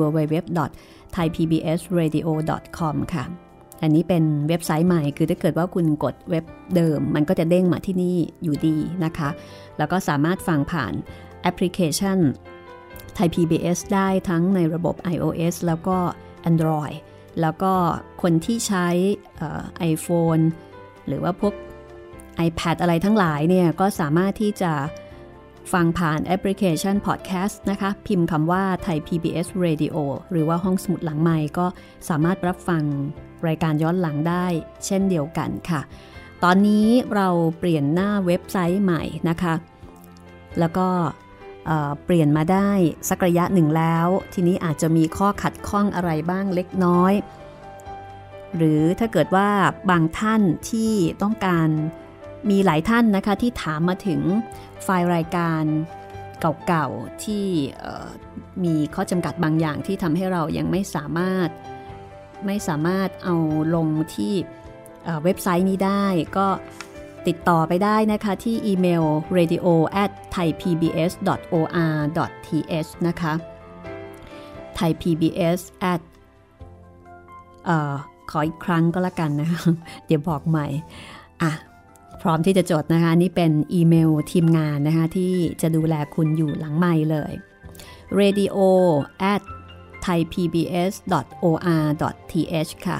www.thaipbsradio.com ค่ะอันนี้เป็นเว็บไซต์ใหม่คือถ้าเกิดว่าคุณกดเว็บเดิมมันก็จะเด้งมาที่นี่อยู่ดีนะคะแล้วก็สามารถฟังผ่านแอปพลิเคชัน Thai PBS ได้ทั้งในระบบ iOS แล้วก็ Android แล้วก็คนที่ใช้iPhone หรือว่าพวก iPad อะไรทั้งหลายเนี่ยก็สามารถที่จะฟังผ่านแอปพลิเคชัน Podcast นะคะพิมพ์คำว่า Thai PBS Radio หรือว่าห้องสมุดหลังไมค์ก็สามารถรับฟังรายการย้อนหลังได้เช่นเดียวกันค่ะตอนนี้เราเปลี่ยนหน้าเว็บไซต์ใหม่นะคะแล้วก็เปลี่ยนมาได้สักระยะหนึ่งแล้วทีนี้อาจจะมีข้อขัดข้องอะไรบ้างเล็กน้อยหรือถ้าเกิดว่าบางท่านที่ต้องการมีหลายท่านนะคะที่ถามมาถึงไฟล์รายการเก่าๆที่มีข้อจำกัดบางอย่างที่ทำให้เรายังไม่สามารถเอาลงที่เว็บไซต์นี้ได้ก็ติดต่อไปได้นะคะที่อีเมล radio@thaipbs.or.th นะคะ thaipbs@ ขออีกครั้งก็แล้วกันนะคะเดี๋ยวบอกใหม่พร้อมที่จะจดนะคะนี่เป็นอีเมลทีมงานนะคะที่จะดูแลคุณอยู่หลังไมค์เลย radio@thaipbs.or.th ค่ะ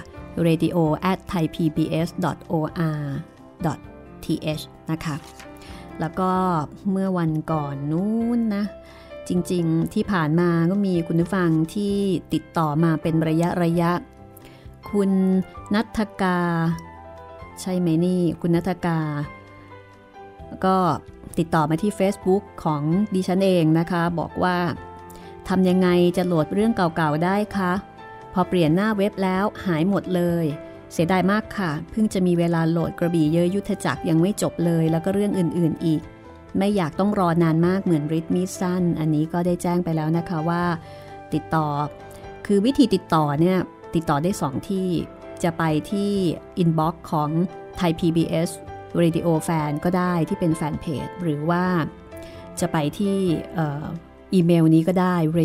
radio@thaipbs.or.th นะคะแล้วก็เมื่อวันก่อนนู้นนะจริงๆที่ผ่านมาก็มีคุณผู้ฟังที่ติดต่อมาเป็นระยะคุณณัฐกาใช่ไหมนี่คุณณัฐกาก็ติดต่อมาที่ Facebook ของดิฉันเองนะคะบอกว่าทำยังไงจะโหลดเรื่องเก่าๆได้คะพอเปลี่ยนหน้าเว็บแล้วหายหมดเลยเสียดายมากค่ะเพิ่งจะมีเวลาโหลดกระบี่เยอะยุทธจักรยังไม่จบเลยแล้วก็เรื่องอื่นๆอีกไม่อยากต้องรอนานมากเหมือนริทมีสั้นอันนี้ก็ได้แจ้งไปแล้วนะคะว่าติดต่อคือวิธีติดต่อเนี่ยติดต่อได้2ที่จะไปที่อินบ็อกซ์ของ Thai PBS Radio Fan ก็ได้ที่เป็นแฟนเพจหรือว่าจะไปที่อีเมลนี้ก็ได้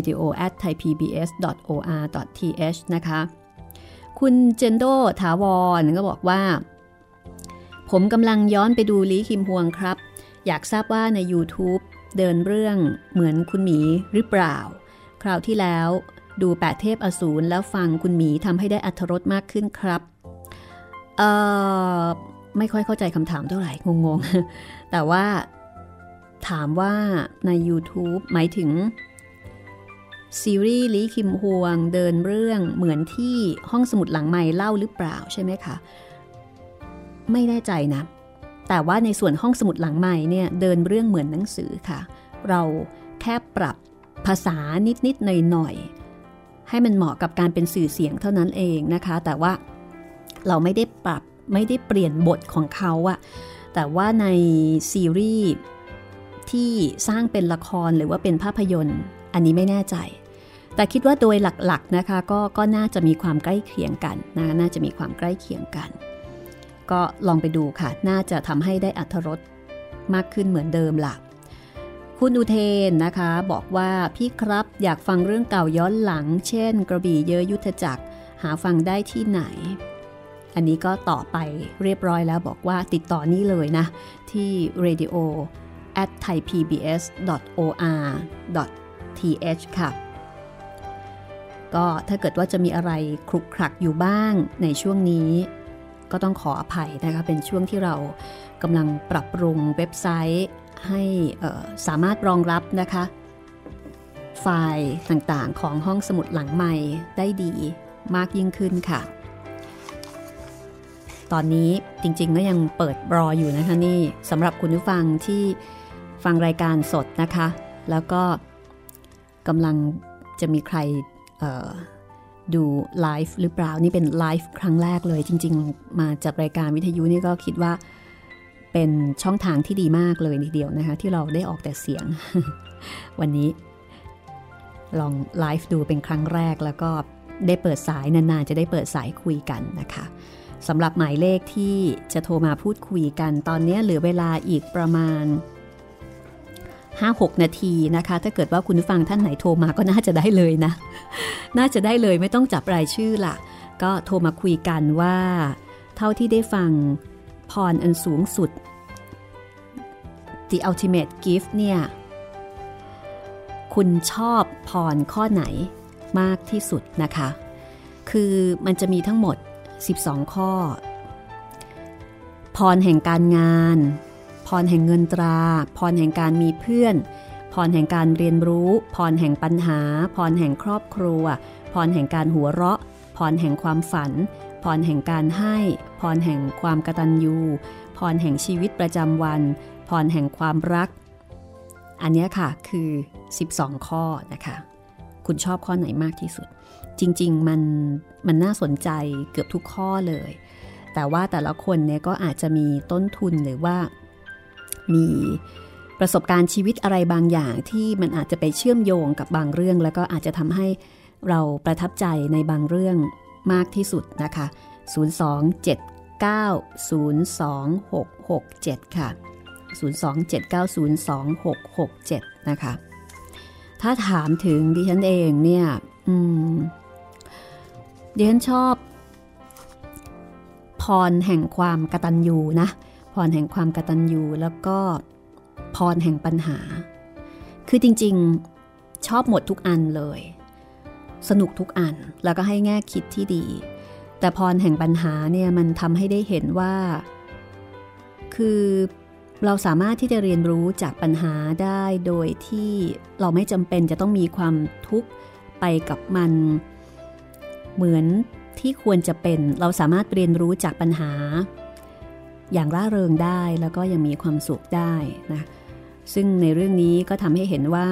radio@thaipbs.or.th นะคะคุณเจนโดถาวรก็บอกว่าผมกำลังย้อนไปดูลีคิมฮวงครับอยากทราบว่าใน YouTube เดินเรื่องเหมือนคุณหมีหรือเปล่าคราวที่แล้วดู8เทพอสูรแล้วฟังคุณหมีทำให้ได้อรรถรสมากขึ้นครับไม่ค่อยเข้าใจคำถามเท่าไหร่งงๆแต่ว่าถามว่าใน YouTube หมายถึงซีรีส์ลีคิมฮวงเดินเรื่องเหมือนที่ห้องสมุดหลังไมค์เล่าหรือเปล่าใช่ไหมคะไม่แน่ใจนะแต่ว่าในส่วนห้องสมุดหลังไมค์เนี่ยเดินเรื่องเหมือนหนังสือค่ะเราแค่ปรับภาษานิดๆหน่อยๆให้มันเหมาะกับการเป็นสื่อเสียงเท่านั้นเองนะคะแต่ว่าเราไม่ได้ปรับไม่ได้เปลี่ยนบทของเขาอะแต่ว่าในซีรีส์ที่สร้างเป็นละครหรือว่าเป็นภาพยนตร์อันนี้ไม่แน่ใจแต่คิดว่าโดยหลักๆนะคะก็น่าจะมีความใกล้เคียงกันนะน่าจะมีความใกล้เคียงกันก็ลองไปดูค่ะน่าจะทำให้ได้อรรถรสมากขึ้นเหมือนเดิมล่ะคุณอุเทนนะคะบอกว่าพี่ครับอยากฟังเรื่องเก่าย้อนหลังเช่นกระบี่เยอะยุทธจักรหาฟังได้ที่ไหนอันนี้ก็ต่อไปเรียบร้อยแล้วบอกว่าติดต่อนี่เลยนะที่ radio@thaipbs.or.th ค่ะก็ถ้าเกิดว่าจะมีอะไรครุกครักอยู่บ้างในช่วงนี้ก็ต้องขออภัยนะคะเป็นช่วงที่เรากำลังปรับปรุงเว็บไซต์ให้สามารถรองรับนะคะไฟล์ต่างๆของห้องสมุดหลังใหม่ได้ดีมากยิ่งขึ้นค่ะตอนนี้จริงๆก็ยังเปิดรออยู่นะคะนี่สำหรับคุณผู้ฟังที่ฟังรายการสดนะคะแล้วก็กำลังจะมีใครดูไลฟ์หรือเปล่านี่เป็นไลฟ์ครั้งแรกเลยจริงๆมาจากรายการวิทยุนี่ก็คิดว่าเป็นช่องทางที่ดีมากเลยทีเดียวนะคะที่เราได้ออกแต่เสียง วันนี้ลองไลฟ์ดูเป็นครั้งแรกแล้วก็ได้เปิดสายนานๆจะได้เปิดสายคุยกันนะคะสำหรับหมายเลขที่จะโทรมาพูดคุยกันตอนนี้เหลือเวลาอีกประมาณ 5-6 นาทีนะคะถ้าเกิดว่าคุณผู้ฟังท่านไหนโทรมาก็น่าจะได้เลยนะน่าจะได้เลยไม่ต้องจับรายชื่อล่ะก็โทรมาคุยกันว่าเท่าที่ได้ฟังพรอันสูงสุด The Ultimate Gift เนี่ยคุณชอบพรข้อไหนมากที่สุดนะคะคือมันจะมีทั้งหมด12ข้อพรแห่งการงานพรแห่งเงินตราพรแห่งการมีเพื่อนพรแห่งการเรียนรู้พรแห่งปัญหาพรแห่งครอบครัวพรแห่งการหัวเราะพรแห่งความฝันพรแห่งการให้พรแห่งความกตัญญูพรแห่งชีวิตประจำวันพรแห่งความรักอันนี้ค่ะคือ12ข้อนะคะคุณชอบข้อไหนมากที่สุดจริงๆมันน่าสนใจเกือบทุกข้อเลยแต่ว่าแต่ละคนเนี่ยก็อาจจะมีต้นทุนหรือว่ามีประสบการณ์ชีวิตอะไรบางอย่างที่มันอาจจะไปเชื่อมโยงกับบางเรื่องแล้วก็อาจจะทำให้เราประทับใจในบางเรื่องมากที่สุดนะคะ027902667ค่ะ027902667นะคะถ้าถามถึงดิฉันเองเนี่ยดิฉันชอบพรแห่งความกตัญญูนะพรแห่งความกตัญญูแล้วก็พรแห่งปัญหาคือจริงๆชอบหมดทุกอันเลยสนุกทุกอันแล้วก็ให้แง่คิดที่ดีแต่พรแห่งปัญหาเนี่ยมันทำให้ได้เห็นว่าคือเราสามารถที่จะเรียนรู้จากปัญหาได้โดยที่เราไม่จำเป็นจะต้องมีความทุกข์ไปกับมันเหมือนที่ควรจะเป็นเราสามารถเรียนรู้จากปัญหาอย่างร่าเริงได้แล้วก็ยังมีความสุขได้นะซึ่งในเรื่องนี้ก็ทำให้เห็นว่า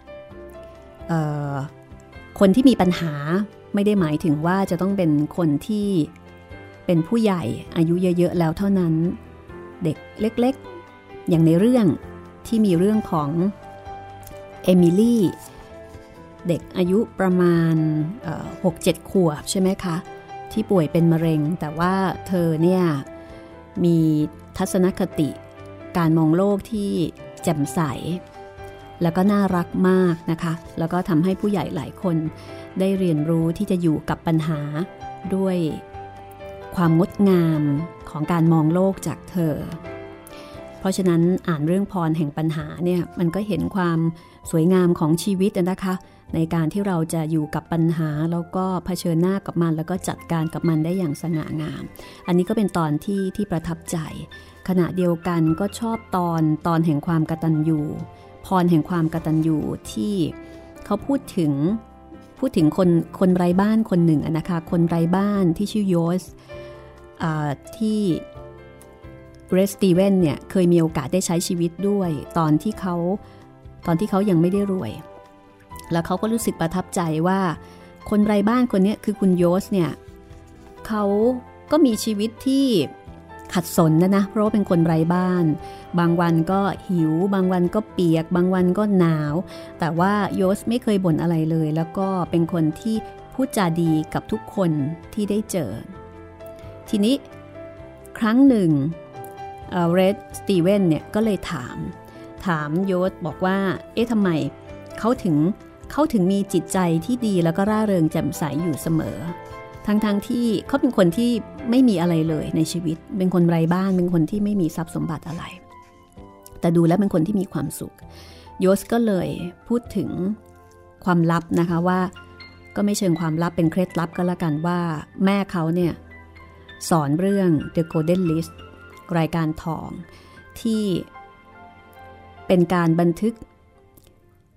คนที่มีปัญหาไม่ได้หมายถึงว่าจะต้องเป็นคนที่เป็นผู้ใหญ่อายุเยอะๆแล้วเท่านั้นเด็กเล็กๆอย่างในเรื่องที่มีเรื่องของเอมิลี่เด็กอายุประมาณ 6-7 ขวบใช่ไหมคะที่ป่วยเป็นมะเร็งแต่ว่าเธอเนี่ยมีทัศนคติการมองโลกที่แจ่มใสแล้วก็น่ารักมากนะคะแล้วก็ทำให้ผู้ใหญ่หลายคนได้เรียนรู้ที่จะอยู่กับปัญหาด้วยความงดงามของการมองโลกจากเธอเพราะฉะนั้นอ่านเรื่องพรแห่งปัญหาเนี่ยมันก็เห็นความสวยงามของชีวิตนะคะในการที่เราจะอยู่กับปัญหาแล้วก็เผชิญหน้ากับมันแล้วก็จัดการกับมันได้อย่างสง่างามอันนี้ก็เป็นตอนที่ประทับใจขณะเดียวกันก็ชอบตอนแห่งความกตัญญูพรแห่งความกตัญญูที่เขาพูดถึงคนไร้บ้านคนหนึ่งนะคะคนไร้บ้านที่ชื่อโยสที่เรสตีเวนเนี่ยเคยมีโอกาสได้ใช้ชีวิตด้วยตอนที่เขายังไม่ได้รวยแล้วเขาก็รู้สึกประทับใจว่าคนไร้บ้านคนนี้คือคุณโยสเนี่ยเขาก็มีชีวิตที่ขัดสนนะเพราะว่าเป็นคนไร้บ้านบางวันก็หิวบางวันก็เปียกบางวันก็หนาวแต่ว่าโยสไม่เคยบ่นอะไรเลยแล้วก็เป็นคนที่พูดจาดีกับทุกคนที่ได้เจอทีนี้ครั้งหนึ่งเรดสตีเวนเนี่ยก็เลยถามโยสบอกว่าทำไมเขาถึงมีจิตใจที่ดีแล้วก็ร่าเริงแจ่มใสอยู่เสมอทั้งที่เขาเป็นคนที่ไม่มีอะไรเลยในชีวิตเป็นคนไร้บ้านเป็นคนที่ไม่มีทรัพย์สมบัติอะไรแต่ดูแล้วเป็นคนที่มีความสุขโยสก็เลยพูดถึงความลับนะคะว่าก็ไม่เชิงความลับเป็นเคล็ดลับก็แล้วกันว่าแม่เขาเนี่ยสอนเรื่อง The Golden List รายการทองที่เป็นการบันทึก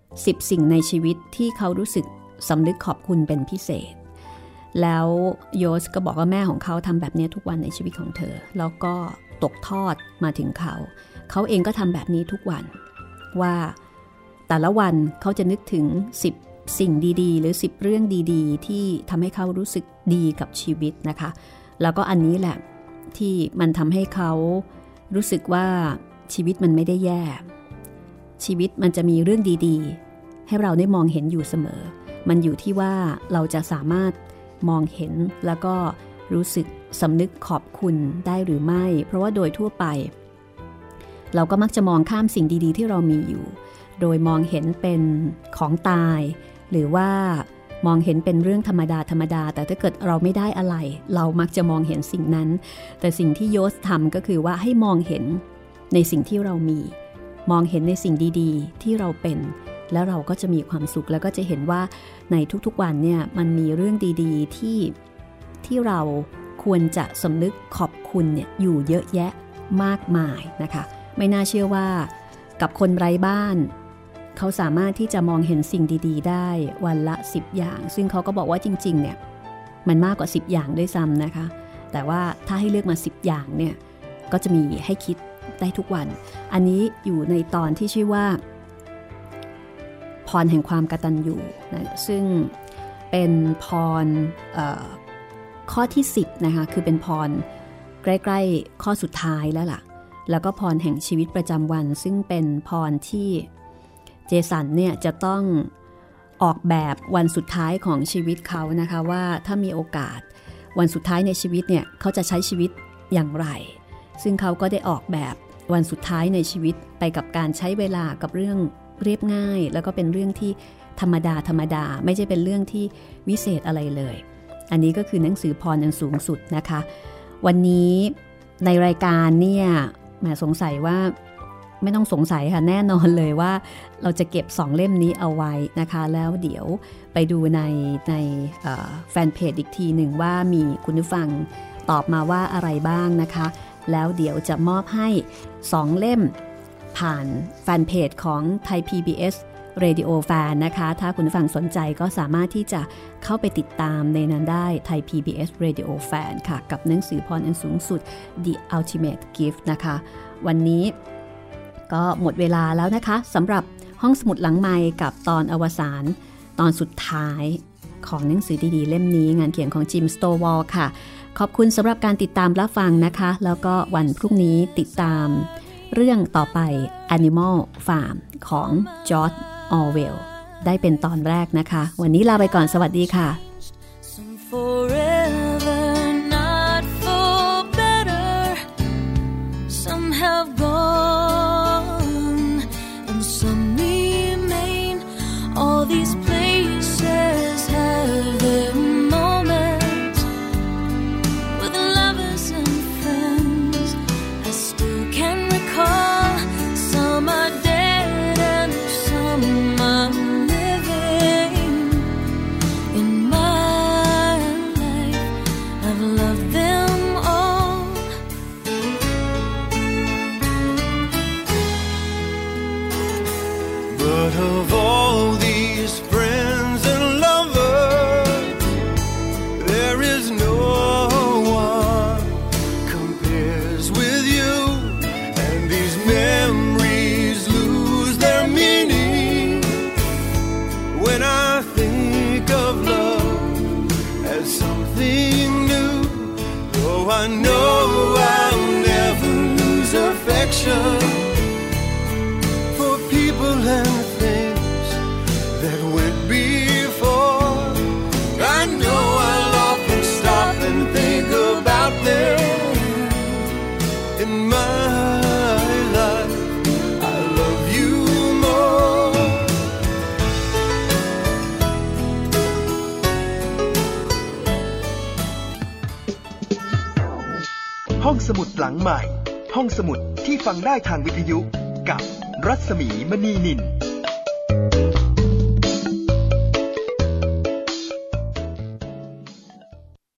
10 สิ่งในชีวิตที่เขารู้สึกสำนึกขอบคุณเป็นพิเศษแล้วโยสก็บอกว่าแม่ของเขาทำแบบนี้ทุกวันในชีวิตของเธอแล้วก็ตกทอดมาถึงเขาเองก็ทำแบบนี้ทุกวันว่าแต่ละวันเขาจะนึกถึง10 สิ่งดีๆหรือ10 เรื่องดีๆที่ทำให้เขารู้สึกดีกับชีวิตนะคะแล้วก็อันนี้แหละที่มันทำให้เขารู้สึกว่าชีวิตมันไม่ได้แย่ชีวิตมันจะมีเรื่องดีๆให้เราได้มองเห็นอยู่เสมอมันอยู่ที่ว่าเราจะสามารถมองเห็นแล้วก็รู้สึกสำนึกขอบคุณได้หรือไม่เพราะว่าโดยทั่วไปเราก็มักจะมองข้ามสิ่งดีๆที่เรามีอยู่โดยมองเห็นเป็นของตายหรือว่ามองเห็นเป็นเรื่องธรรมดาแต่ถ้าเกิดเราไม่ได้อะไรเรามักจะมองเห็นสิ่งนั้นแต่สิ่งที่โยสทำก็คือว่าให้มองเห็นในสิ่งที่เรามีมองเห็นในสิ่งดีๆที่เราเป็นแล้วเราก็จะมีความสุขแล้วก็จะเห็นว่าในทุกๆวันเนี่ยมันมีเรื่องดีๆที่เราควรจะสำนึกขอบคุณเนี่ยอยู่เยอะแยะมากมายนะคะไม่น่าเชื่อว่ากับคนไร้บ้านเขาสามารถที่จะมองเห็นสิ่งดีๆได้วันละ10 อย่างซึ่งเขาก็บอกว่าจริงๆเนี่ยมันมากกว่า10 อย่างด้วยซ้ำนะคะแต่ว่าถ้าให้เลือกมา10 อย่างเนี่ยก็จะมีให้คิดได้ทุกวันอันนี้อยู่ในตอนที่ชื่อว่าพรแห่งความกตัญญูนะซึ่งเป็นพรข้อที่10นะคะคือเป็นพรใกล้ๆข้อสุดท้ายแล้วล่ะแล้วก็พรแห่งชีวิตประจำวันซึ่งเป็นพรที่เจสันเนี่ยจะต้องออกแบบวันสุดท้ายของชีวิตเขานะคะว่าถ้ามีโอกาสวันสุดท้ายในชีวิตเนี่ยเขาจะใช้ชีวิตอย่างไรซึ่งเขาก็ได้ออกแบบวันสุดท้ายในชีวิตไปกับการใช้เวลากับเรื่องเรียบง่ายแล้วก็เป็นเรื่องที่ธรรมดาไม่ใช่เป็นเรื่องที่วิเศษอะไรเลยอันนี้ก็คือหนังสือพรอันสูงสุดนะคะวันนี้ในรายการเนี่ยแหมสงสัยว่าไม่ต้องสงสัยค่ะแน่นอนเลยว่าเราจะเก็บ2 เล่มนี้เอาไว้นะคะแล้วเดี๋ยวไปดูในแฟนเพจอีกทีหนึ่งว่ามีคุณผู้ฟังตอบมาว่าอะไรบ้างนะคะแล้วเดี๋ยวจะมอบให้2 เล่มผ่านแฟนเพจของ Thai PBS Radio Fan นะคะถ้าคุณผู้ฟังสนใจก็สามารถที่จะเข้าไปติดตามในนั้นได้ Thai PBS Radio Fan ค่ะกับหนังสือพรอันสูงสุด The Ultimate Gift นะคะวันนี้ก็หมดเวลาแล้วนะคะสำหรับห้องสมุดหลังไมค์กับตอนอวสานตอนสุดท้ายของหนังสือดีๆเล่มนี้งานเขียนของจิมสโตวอลค่ะขอบคุณสำหรับการติดตามรับฟังนะคะแล้วก็วันพรุ่งนี้ติดตามเรื่องต่อไป Animal Farm ของจอร์จออร์เวลได้เป็นตอนแรกนะคะวันนี้ลาไปก่อนสวัสดีค่ะ All these places have their moments with lovers and friends. I still can recall some are dead and some are living. In my life, I've loved them all. But of all these friends and lovers, there is no one compares with you, and these memories lose their meaning when I think of love as something new. Though I know I'll never lose affection for people and things that went before. I know I'll often stop and think about them. In my life, I love you more. ห้องสมุดหลังใหม่ห้องสมุดที่ฟังได้ทางวิทยุกับรัศมีมณีนิน